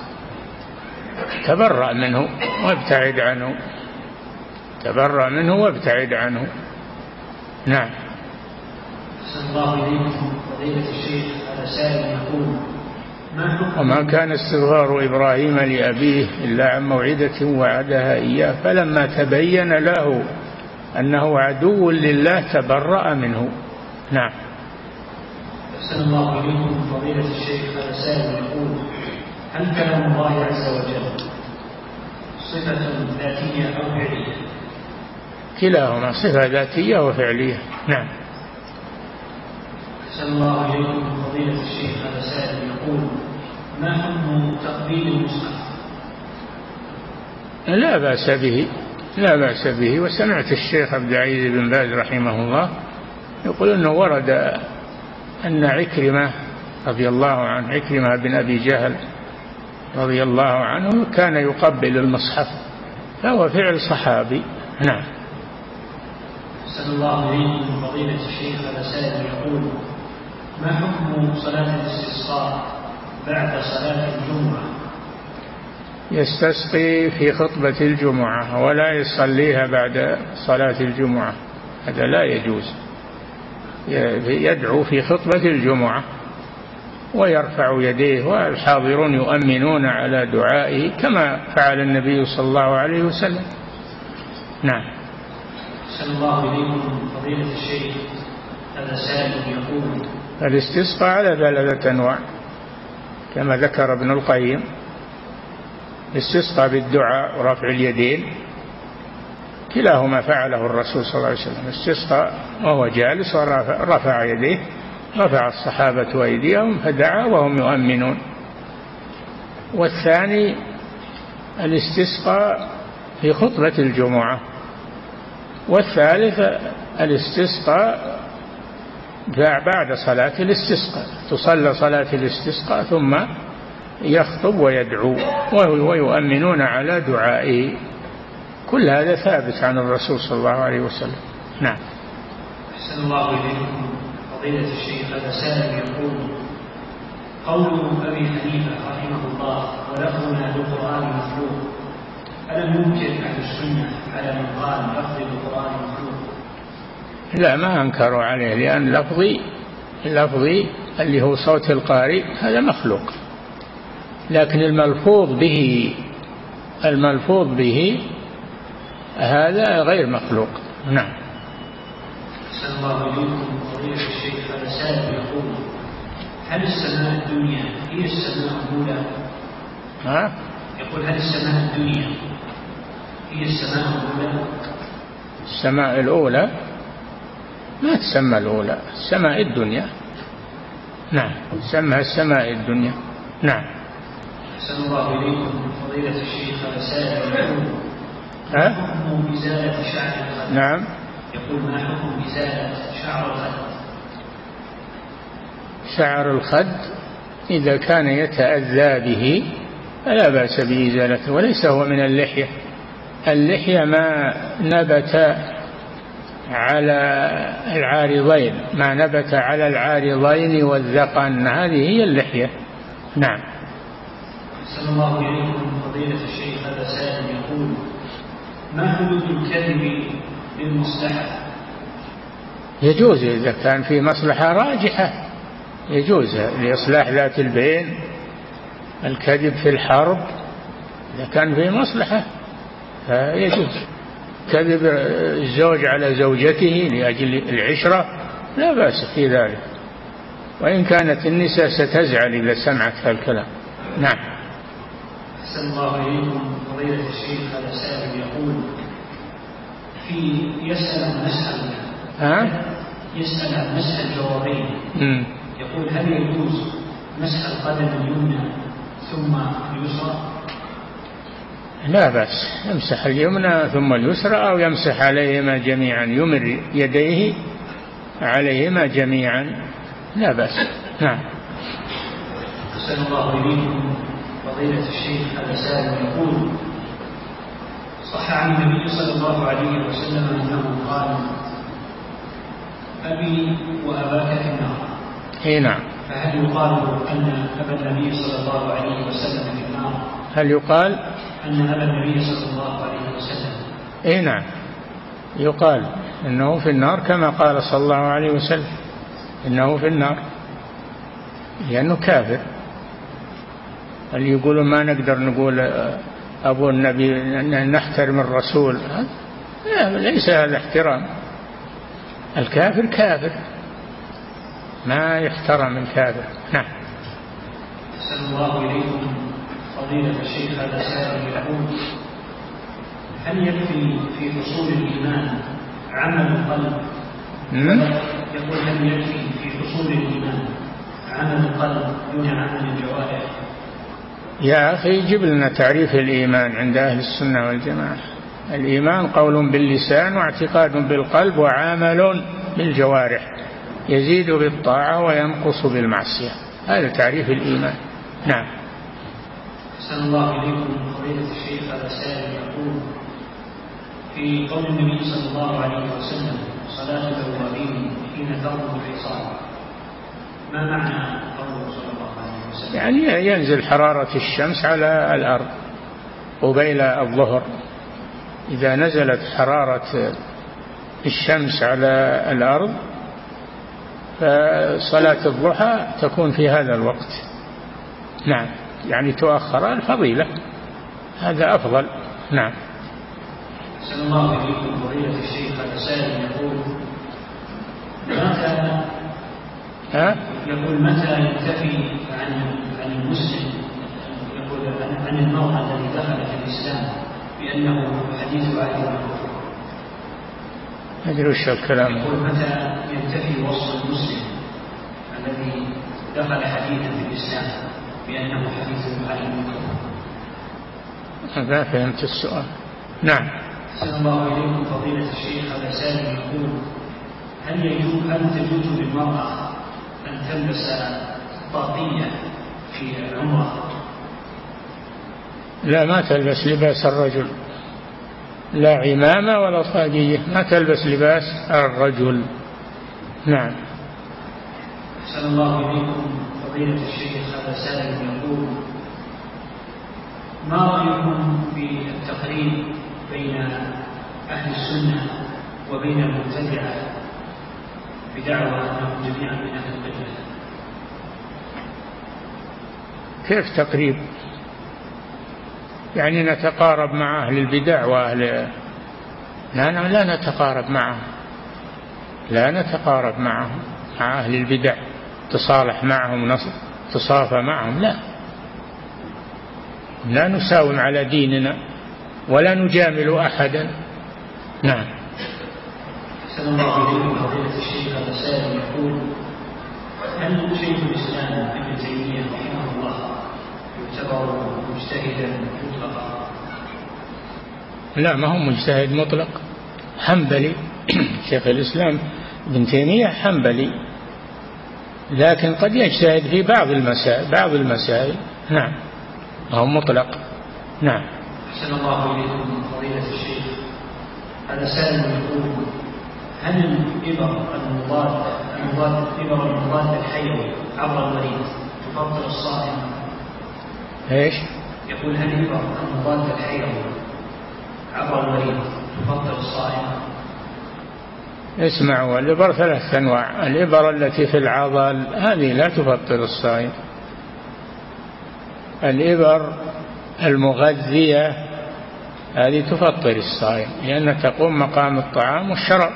Speaker 2: تبرأ منه وابتعد عنه تبرأ منه وابتعد عنه. نعم.
Speaker 1: أحسن الله إليكم فضيلة الشيخ. هذا سائل يقول ما حكم
Speaker 2: وما كان استغفار إبراهيم لأبيه إلا عن موعدة وعدها إياه فلما تبين له أنه عدو لله تبرأ منه. نعم.
Speaker 1: أحسن الله إليكم فضيلة الشيخ. هذا سائل يقول هل كلام الله عز وجل صفة ذاتية أو فعلية؟
Speaker 2: كلاهما صفة ذاتية وفعلية. نعم.
Speaker 1: أحسن الله إليكم فضيلة الشيخ. هذا سائل يقول ما حكم تقبيل المصحف؟
Speaker 2: لا بأس به لا بأس به وسمعت الشيخ عبد العزيز بن باز رحمه الله يقول أنه ورد أن عكرمة رضي الله عنه عكرمة بن أبي جهل رضي الله عنه كان يقبل المصحف فهو فعل صحابي. نعم.
Speaker 1: أحسن الله إليكم فضيلة الشيخ. هذا سائل يقول ما حكم صلاة الاستسقاء بعد صلاة الجمعة؟
Speaker 2: يستسقي في خطبة الجمعة ولا يصليها بعد صلاة الجمعة، هذا لا يجوز. يدعو في خطبة الجمعة ويرفع يديه والحاضرون يؤمنون على دعائه كما فعل النبي صلى الله عليه وسلم. نعم.
Speaker 1: أحسن الله إليكم فضيلة الشيخ. هذا سائل يقول
Speaker 2: الاستسقاء على ثلاثة أنواع كما ذكر ابن القيم. الاستسقاء بالدعاء ورفع اليدين كلاهما فعله الرسول صلى الله عليه وسلم. استسقى وهو جالس ورفع يديه رفع الصحابة أيديهم فدعا وهم يؤمنون. والثاني الاستسقاء في خطبة الجمعة. والثالث الاستسقاء بعد صلاة الاستسقاء تصلى صلاة الاستسقاء ثم يخطب ويدعو ويؤمنون على دعائه. كل هذا ثابت عن الرسول صلى الله عليه وسلم. نعم.
Speaker 1: أحسن الله إليكم فضيلة الشيخ. هذا سائل يقول قول أبي حنيفة رحمه الله ولفظنا بالقرآن مخلوق ألم ينكر أهل السنة على من قال لفظ بالقرآن مخلوق؟
Speaker 2: لا ما أنكروا عليه لأن لفظي لفظي اللي هو صوت القارئ هذا مخلوق لكن الملفوظ به الملفوظ به هذا غير مخلوق. نعم.
Speaker 1: أحسن الله إليكم فضيلة الشيخ. هذا سائل يقول هل السماء الدنيا هي السماء الأولى؟
Speaker 2: ها؟
Speaker 1: يقول هل السماء الدنيا هي السماء الأولى؟
Speaker 2: السماء الأولى ما تسمى الأولى، السماء الدنيا. نعم. سمها السماء الدنيا. نعم.
Speaker 1: أحسن الله إليكم فضيلة الشيخ. هذا سائل يقول
Speaker 2: ها؟
Speaker 1: ما حكم إزالة شعر الخد؟
Speaker 2: نعم.
Speaker 1: يقول ما حكم إزالة شعر الخد؟
Speaker 2: شعر الخد إذا كان يتأذى به فلا بأس بإزالته، وليس هو من اللحية. اللحية ما نبت على العارضين، ما نبت على العارضين والذقن، هذه هي اللحية. نعم.
Speaker 1: صلى الله عليكم فضيلة الشيخ، هذا سائل يقول: ما حدود الكذب للمصلحة؟
Speaker 2: يجوز إذا كان في مصلحة راجحة، يجوز لإصلاح ذات البين. الكذب في الحرب إذا كان في مصلحة فيجوز. كذب الزوج على زوجته لأجل العشرة لا بأس في ذلك، وإن كانت النساء ستزعل إذا سمعت هالكلام. نعم.
Speaker 1: أحسن الله إليكم فضيلة الشيخ، هذا سائل يقول: في يسأل مسألة
Speaker 2: ها؟
Speaker 1: يسأل عن مسح الجوارين، يقول: هل يجوز مسح القدم اليمنى ثم اليسرى؟
Speaker 2: لا بأس، يمسح اليمنى ثم اليسرى، أو يمسح عليهما جميعا، يمر يديه عليهما جميعا، لا بأس. نعم.
Speaker 1: أحسن الله إليكم فضيلة الشيخ، هذا سائل يقول: صح عن النبي صلى الله عليه وسلم أنه قال: أبي وأباك في النار.
Speaker 2: اي نعم.
Speaker 1: فهل يقال أن أبا النبي صلى الله عليه وسلم في النار؟
Speaker 2: هل يقال
Speaker 1: أن أبا النبي صلى الله عليه وسلم؟
Speaker 2: اي نعم، يقال إنه في النار كما قال صلى الله عليه وسلم إنه في النار، لأنه كافر. اللي يقولون ما نقدر نقول أبو النبي نحترم الرسول، لا، ليس هذا احترام. الكافر كافر، ما يحترم الكافر. نعم.
Speaker 1: أحسن الله إليكم فضيلة الشيخ، هذا سائل يقول: هل يكفي في حصول الإيمان عمل القلب؟ يقول: هل يكفي في حصول الإيمان عمل القلب دون عمل الجوارح؟
Speaker 2: يا أخي جب لنا تعريف الإيمان عند أهل السنة والجماعة. الإيمان قول باللسان واعتقاد بالقلب وعمل بالجوارح، يزيد بالطاعة وينقص بالمعصية، هذا تعريف الإيمان. نعم.
Speaker 1: أحسن الله إليكم فضيلة الشيخ، هذا سائل يقول: في قول النبي صلى الله عليه وسلم: صلاة الأوابين حين ترمض الحصان، ما معنى قوله صلى الله عليه وسلم؟
Speaker 2: يعني ينزل حرارة الشمس على الأرض قبيل الظهر، إذا نزلت حرارة الشمس على الأرض فصلاة الضحى تكون في هذا الوقت. نعم، يعني تؤخر الفضيلة، هذا أفضل. نعم.
Speaker 1: أحسن الله إليكم فضيلة الشيخ، هذا سائل يقول: متى
Speaker 2: ها؟
Speaker 1: يقول متى ينتفي عن عن المسلم، يقول عن المرأة الذي دخل في الإسلام بأنه حديث عهد بالكفر؟
Speaker 2: أدري وش الكلام.
Speaker 1: يقول: متى ينتفي وصف المسلم الذي دخل حديثا في الإسلام بأنه حديث عهد بالكفر؟
Speaker 2: ما فهمت السؤال. نعم.
Speaker 1: أحسن الله إليكم فضيلة الشيخ، هذا سائل يقول: هل يجوز هل تجوز للمرأة أن تلبس طاقية في العمرة؟
Speaker 2: لا، ما تلبس لباس الرجل، لا عمامة ولا طاقية، ما تلبس لباس الرجل. نعم.
Speaker 1: أحسن الله إليكم فضيلة الشيخ، هذا سائل يقول: ما رأيكم في التقريب بين أهل السنة وبين المبتدعة بدعوى أنهم جميعا من أهل القبلة؟
Speaker 2: كيف تقريب؟ يعني نتقارب مع أهل البدع وأهل لا لا نتقارب معهم، لا نتقارب معهم مع أهل البدع، تصالح معهم، تصافى معهم، لا لا نساوم على ديننا ولا نجامل أحدا. نعم.
Speaker 1: أحسن الله إليكم فضيلة الشيخ، هذا سائل يقول: هل شيخ الإسلام ابن تيمية رحمه الله يعتبر مجتهدا مطلقا؟
Speaker 2: لا، ما هو مجتهد مطلق، حنبلي. شيخ الإسلام ابن تيمية حنبلي، لكن قد يجتهد في بعض المسائل بعض المسائل نعم، هو مطلق. نعم.
Speaker 1: أحسن الله إليكم فضيلة الشيخ. هذا سائل يقول: هل الإبر المضادة المضاد الإبر المضادة الحيوي عبر الوريد تفضل الصائم؟
Speaker 2: ايش؟
Speaker 1: يقول: هل الإبر المضادة الحيوي عبر الوريد تفضل الصائم؟
Speaker 2: اسمعوا، الإبر ثلاث أنواع. الإبر التي في العضل هذه لا تفطر الصائم. الإبر المغذية هذه تفطر الصائم لأنها تقوم مقام الطعام والشراب.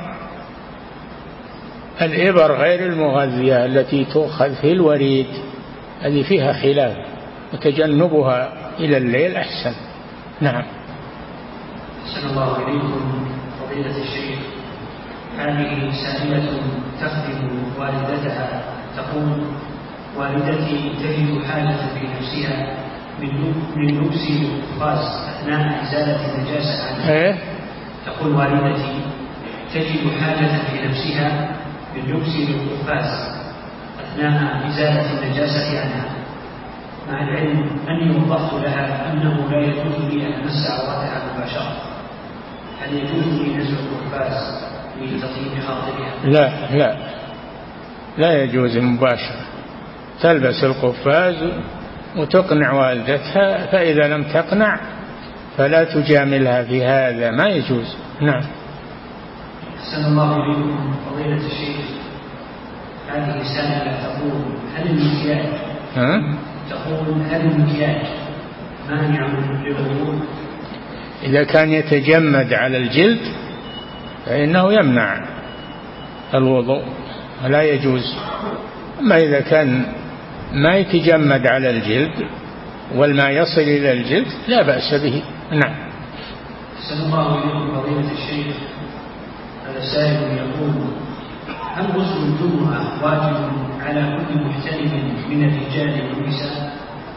Speaker 2: الإبر غير المغذية التي تؤخذ في الوريد هذه فيها خلاف، وتجنبها إلى الليل أحسن. نعم.
Speaker 1: أحسن الله إليكم فضيلة الشيخ. هذه سائلة تخدم والدتها تقول: والدتي تجد حاجة في نفسها من لبس القفاز أثناء إزالة النجاسة عنها.
Speaker 2: إيه؟
Speaker 1: تقول: والدتي تجد حاجة في نفسها من لبس القفاز أثناء إزالة النجاسة عنها، مع العلم أني وضحت لها أنه لا يجوز لي أن أمس عورتها مباشرة. هل يجوز لي نزع القفاز لتطيب خاطرها؟
Speaker 2: لا لا لا يجوز مباشرة. تلبس القفاز وتقنع والدتها، فإذا لم تقنع فلا تجاملها في هذا، ما يجوز. نعم.
Speaker 1: أحسن الله إليكم فضيلة الشيخ. هذه سائلة تقول: هل المكياج
Speaker 2: ها؟
Speaker 1: تقول هل المكياج مانع للوضوء؟
Speaker 2: إذا كان يتجمد على الجلد فإنه يمنع الوضوء ولا يجوز. أما إذا كان ما يتجمد على الجلد والماء يصل إلى الجلد لا بأس به. نعم.
Speaker 1: أحسن الله إليكم فضيلة الشيخ. هذا سائل يقول: هل غسل الجمعة واجب على كل محتلم من الرجال والنساء؟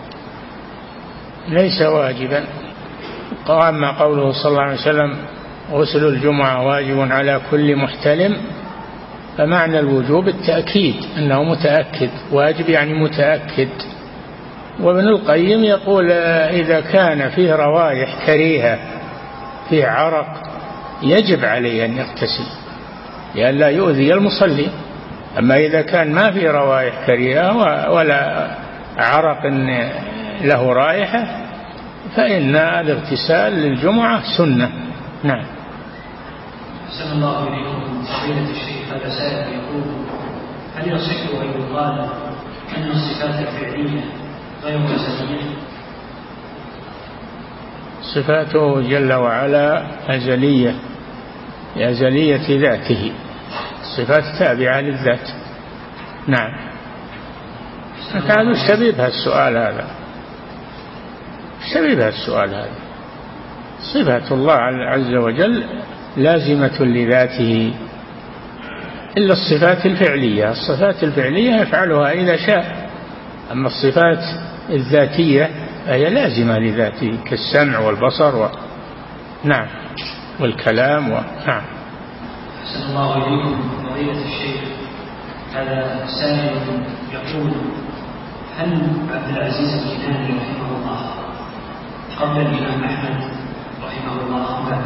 Speaker 2: ليس واجبا. وأما قوله صلى الله عليه وسلم: غسل الجمعة واجب على كل محتلم، فمعنى الوجوب التأكيد، أنه متأكد، واجب يعني متأكد. وابن القيم يقول: إذا كان فيه روائح كريهة فيه عرق يجب عليه أن يغتسل لئلا يؤذي المصلي. أما إذا كان ما فيه روائح كريهة ولا عرق له رائحة فإن الاغتسال للجمعة سنة. نعم.
Speaker 1: أحسن الله إليكم فضيلة الشيخ. هذا سائل يقول: هل يصح أن يقال أن الصفات الفعلية غير أزلية؟
Speaker 2: صفاته جل وعلا أزلية لأزلية ذاته، الصفات تابعة للذات. نعم. كان الشبيب هالسؤال هذا الشبيب هالسؤال هذا صفات الله عز وجل لازمة لذاته إلا الصفات الفعلية. الصفات الفعلية يفعلها إذا شاء، أما الصفات الذاتية فهي لازمة لذاته كالسمع والبصر و... نعم والكلام و... نعم.
Speaker 1: أحسن الله إليكم فضيلة الشيخ. هذا سائل يقول: هل عبد العزيز الكناني رحمه الله قبل الإمام أحمد رحمه الله بعد؟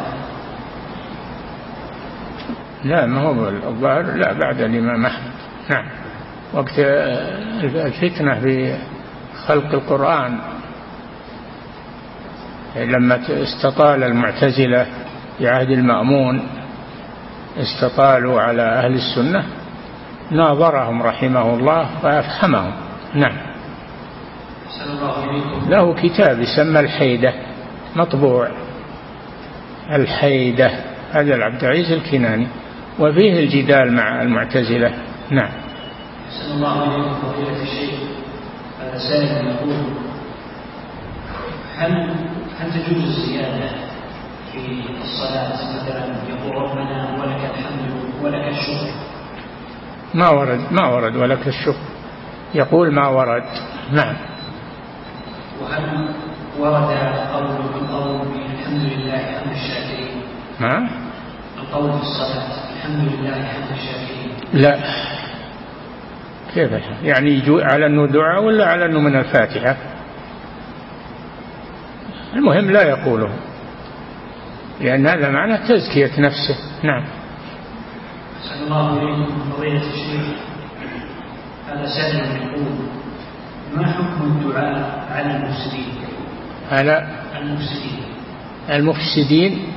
Speaker 2: لا، ما هو الظاهر لا بعد الإمام أحمد. نعم. وقت الفتنة في خلق القرآن لما استطال المعتزلة في عهد المأمون، استطالوا على أهل السنة، ناظرهم رحمه الله وأفهمهم. نعم. له كتاب يسمى الحيدة مطبوع، الحيدة، هذا العبد العزيز الكناني، وفيه الجدال مع المعتزلة. نعم.
Speaker 1: أحسن الله إليكم فضيلة الشيخ. هذا سائل يقول: هل هل تجوز الزيادة في الصلاة؟ مثلا يقول: ربنا ولك الحمد ولك الشكر.
Speaker 2: ما ورد ما ورد ولك الشكر، يقول ما ورد. نعم.
Speaker 1: وهل ورد قول القول الحمد لله حمد الشاكرين؟
Speaker 2: ما
Speaker 1: القول في الصلاة الحمد لله حمد الشاكرين؟
Speaker 2: لا، كيف يعني يجو على أنه دعاء ولا على أنه من الفاتحة؟ المهم لا يقوله، لأن هذا معنى تزكية نفسه. نعم.
Speaker 1: أحسن الله إليكم فضيلة الشيخ، هذا سائل يقول: ما حكم الدعاء على المفسدين؟
Speaker 2: على
Speaker 1: المفسدين
Speaker 2: المفسدين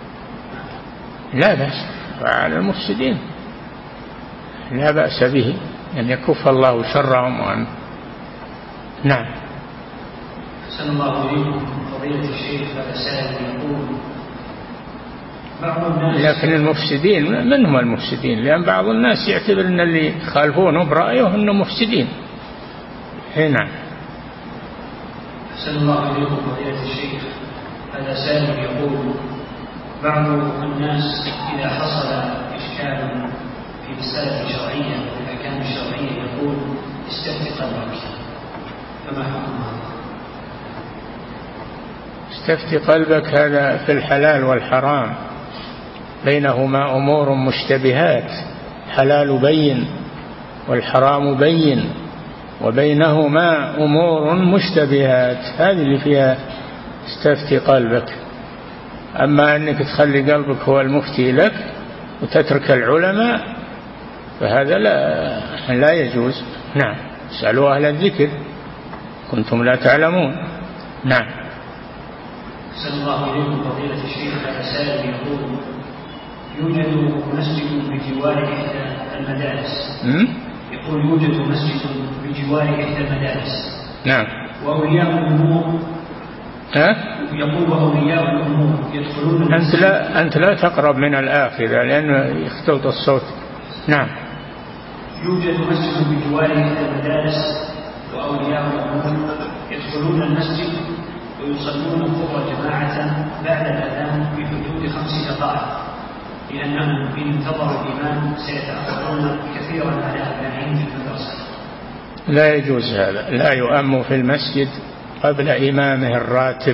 Speaker 2: لا بأس، وعلى المفسدين لا بأس به، أن يكف الله شرهم وأن. نعم.
Speaker 1: أحسن الله إليكم فضيلة الشيخ، هذا سائل يقول: بعض الناس.
Speaker 2: لكن المفسدين من هم المفسدين؟ لأن بعض الناس يعتبر أن اللي خالفونه برأيه أنهم مفسدين. هنا.
Speaker 1: أحسن الله إليكم فضيلة الشيخ، هذا سائل يقول: بعض الناس إذا حصل إشكال في مسألة شرعية أو الأحكام الشرعية يقول: استفتي قلبك، فما حكمها؟
Speaker 2: استفتي قلبك هذا في الحلال والحرام، بينهما أمور مشتبهات، حلال بين والحرام بين، وبينهما أمور مشتبهات، هذه اللي فيها استفتي قلبك. أما أنك تخلي قلبك هو المفتي لك وتترك العلماء فهذا لا لا يجوز. نعم. اسألوا أهل الذكر كنتم لا تعلمون. نعم.
Speaker 1: أحسن الله إليكم فضيلة الشيخ، هذا سائل يقول: يوجد مسجد بجوار إحدى المدارس.
Speaker 2: م?
Speaker 1: يقول: يوجد مسجد بجوار إحدى المدارس.
Speaker 2: نعم.
Speaker 1: وأولياء الأمور.
Speaker 2: ها؟
Speaker 1: يقول: وأولياء الأمور يدخلون.
Speaker 2: أنت لا أنت لا تقرب من الآخرة لأنه يختلط الصوت. نعم.
Speaker 1: يوجد مسجد بجوار إحدى المدارس، وأولياء الأمور يدخلون المسجد ويصلون الظهر جماعة بعد الأذان في حدود خمس دقائق، لأنهم إن انتظروا الإمام سيتأخرون كثيرا على أبنائهم في المدرسة.
Speaker 2: لا يجوز هذا، لا يؤم في المسجد قبل إمامه الراتب،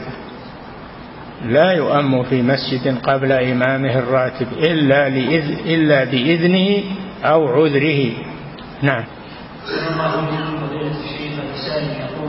Speaker 2: لا يؤم في مسجد قبل إمامه الراتب إلا لإذن إلا بإذنه أو عذره. نعم.
Speaker 1: الله عليه فضيلة الشيخ، الرسالة يقول: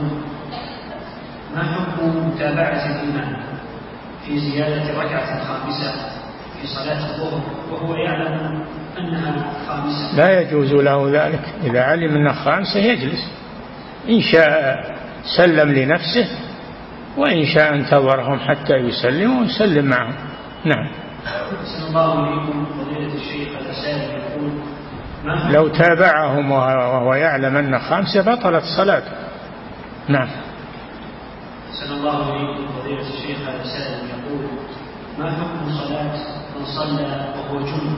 Speaker 1: ما حكم متابعة الإمام في زيادة ركعة خامسة في صلاة الظهر وهو يعلم أنها خامسة؟
Speaker 2: لا يجوز له ذلك، إذا علم أنها خامسة يجلس، إن شاء سلم لنفسه وإن شاء انتظرهم حتى يسلموا ويسلم معهم. نعم.
Speaker 1: أحسن الله إليكم فضيلة الشيخ، الرسالة يقول:
Speaker 2: لو تابعهم وهو يعلم أن خامسة بطلت صلاته. نعم.
Speaker 1: أحسن الله إليكم فضيلة الشيخ، الرسالة يقول: ما حكم صلاة من صلى وهو جنب؟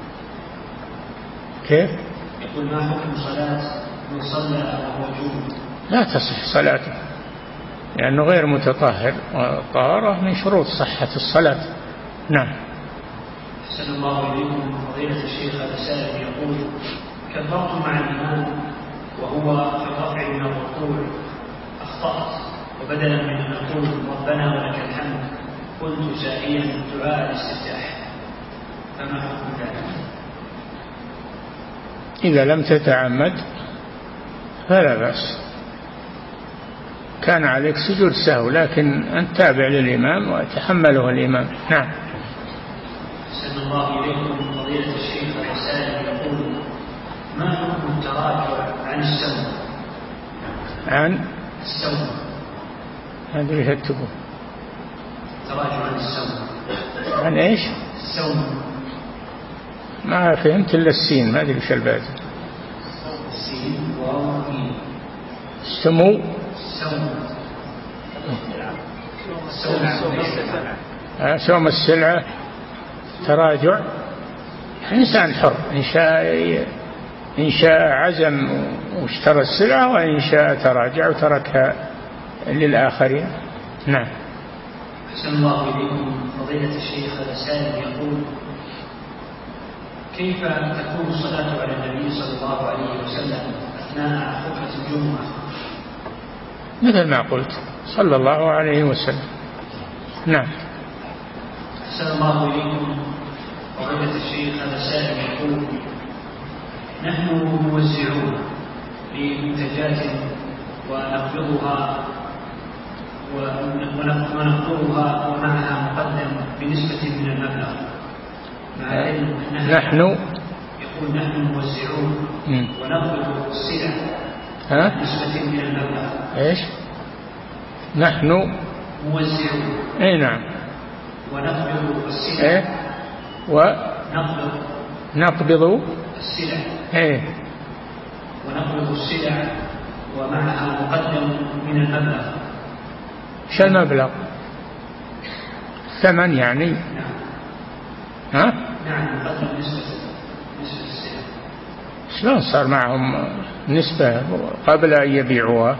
Speaker 2: كيف؟
Speaker 1: يقول: ما حكم صلاة من صلى وهو جنب؟
Speaker 2: لا تصح صلاته لأنه غير متطهر، والطهارة من شروط صحة الصلاة. نعم.
Speaker 1: أحسن الله إليكم فضيلة الشيخ، الرسالة يقول: كبرت مع الإمام وهو في الرفع من الركوع أخطأت، وبدلا من أن أقول ربنا ولك الحمد قلت سائيا دعاء الاستفتاح، فما حكم ذلك؟
Speaker 2: إذا لم تتعمد فلا بأس، كان عليك سجود سهو، لكن أن تابع للإمام وتحمله الإمام. نعم.
Speaker 1: أحسن الله إليكم فضيلة الشيخ، الرسالة يقول: ما حكم التراجع عن السوم؟
Speaker 2: عن
Speaker 1: السوم.
Speaker 2: هذا اللي يكتبه.
Speaker 1: التراجع عن السوم.
Speaker 2: عن إيش؟
Speaker 1: السوم.
Speaker 2: ما فهمت إلا السين، ما أدري إيش الباقي.
Speaker 1: السين واو ميم.
Speaker 2: السمو.
Speaker 1: السوم. السوم.
Speaker 2: سوم السلعة. تراجع. إنسان حر، إن شاء إن شاء عزم واشترى السلعة، وإن شاء تراجع وتركها للآخرين. نعم.
Speaker 1: أحسن الله إليكم فضيلة الشيخ، الرسالة يقول: كيف تكون الصلاة على النبي صلى الله عليه وسلم أثناء خطبة الجمعة؟
Speaker 2: مثل ما قلت صلى الله عليه وسلم. نعم.
Speaker 1: أحسن الله إليكم فضيلة الشيخ، الرسالة يقول: نحن موزعون بمنتجات ونقبضها ونقبضها ومعها مقدم بنسبة من المبلغ، مع العلم أنها
Speaker 2: نحن
Speaker 1: يقول نحن موزعون ونقبض السلع بنسبة من المبلغ.
Speaker 2: ايش؟ نحن
Speaker 1: موزعون.
Speaker 2: اي نعم.
Speaker 1: ونقبض السلع.
Speaker 2: ايه ونقبض نقبض السلع. ايه
Speaker 1: ونقبض السلع ومعها مقدم من المبلغ.
Speaker 2: شو المبلغ؟ ثمن يعني؟
Speaker 1: نعم.
Speaker 2: ها؟
Speaker 1: نعم مقدم نسبة نسبة السلع.
Speaker 2: شلون صار معهم نسبة قبل أن يبيعوها؟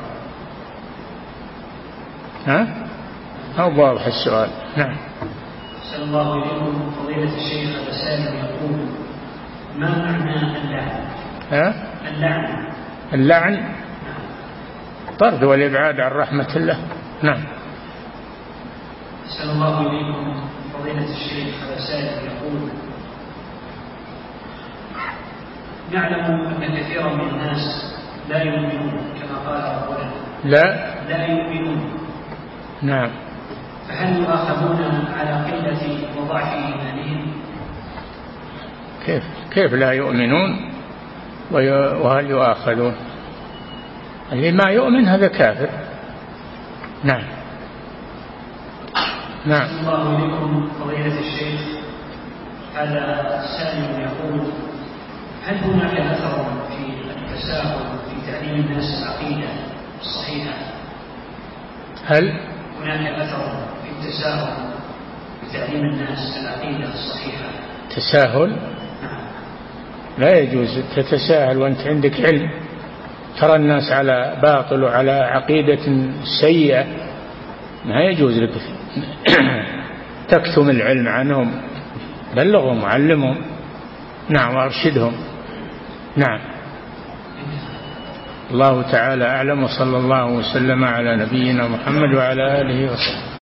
Speaker 2: ها؟ أو واضح السؤال. نعم.
Speaker 1: أحسن الله إليكم. فضيلة الشيخ أبا سالم يقول ما معنى اللعن؟
Speaker 2: ها؟
Speaker 1: اللعن.
Speaker 2: اللعن
Speaker 1: نعم.
Speaker 2: طرد والإبعاد عن رحمة الله. نعم.
Speaker 1: أحسن الله إليكم. فضيلة الشيخ أبا سالم يقول نعلم أن كثيرا من الناس لا يؤمنون كما قال أولا.
Speaker 2: لا
Speaker 1: لا يؤمنون.
Speaker 2: نعم.
Speaker 1: فهل يؤاخذون على قلة وضعف إيمانهم؟
Speaker 2: كيف كيف لا يؤمنون وهل يؤاخذون؟ اللي ما يؤمن هذا كافر. نعم. نعم.
Speaker 1: الله إليكم. فضيلة الشيخ هذا سائل يقول هل هناك أثر في التساهل في تعليم الناس العقيدة الصحيحة؟
Speaker 2: هل
Speaker 1: هناك أثر في التساهل في تعليم الناس العقيدة الصحيحة؟
Speaker 2: تساهل؟
Speaker 1: نعم.
Speaker 2: لا يجوز تتساهل وأنت عندك علم، ترى الناس على باطل وعلى عقيدة سيئة، ما يجوز لك تكتم العلم عنهم، بلغهم وعلمهم. نعم وأرشدهم. نعم. الله تعالى أعلم، وصلى الله وسلم على نبينا محمد وعلى آله وصحبه.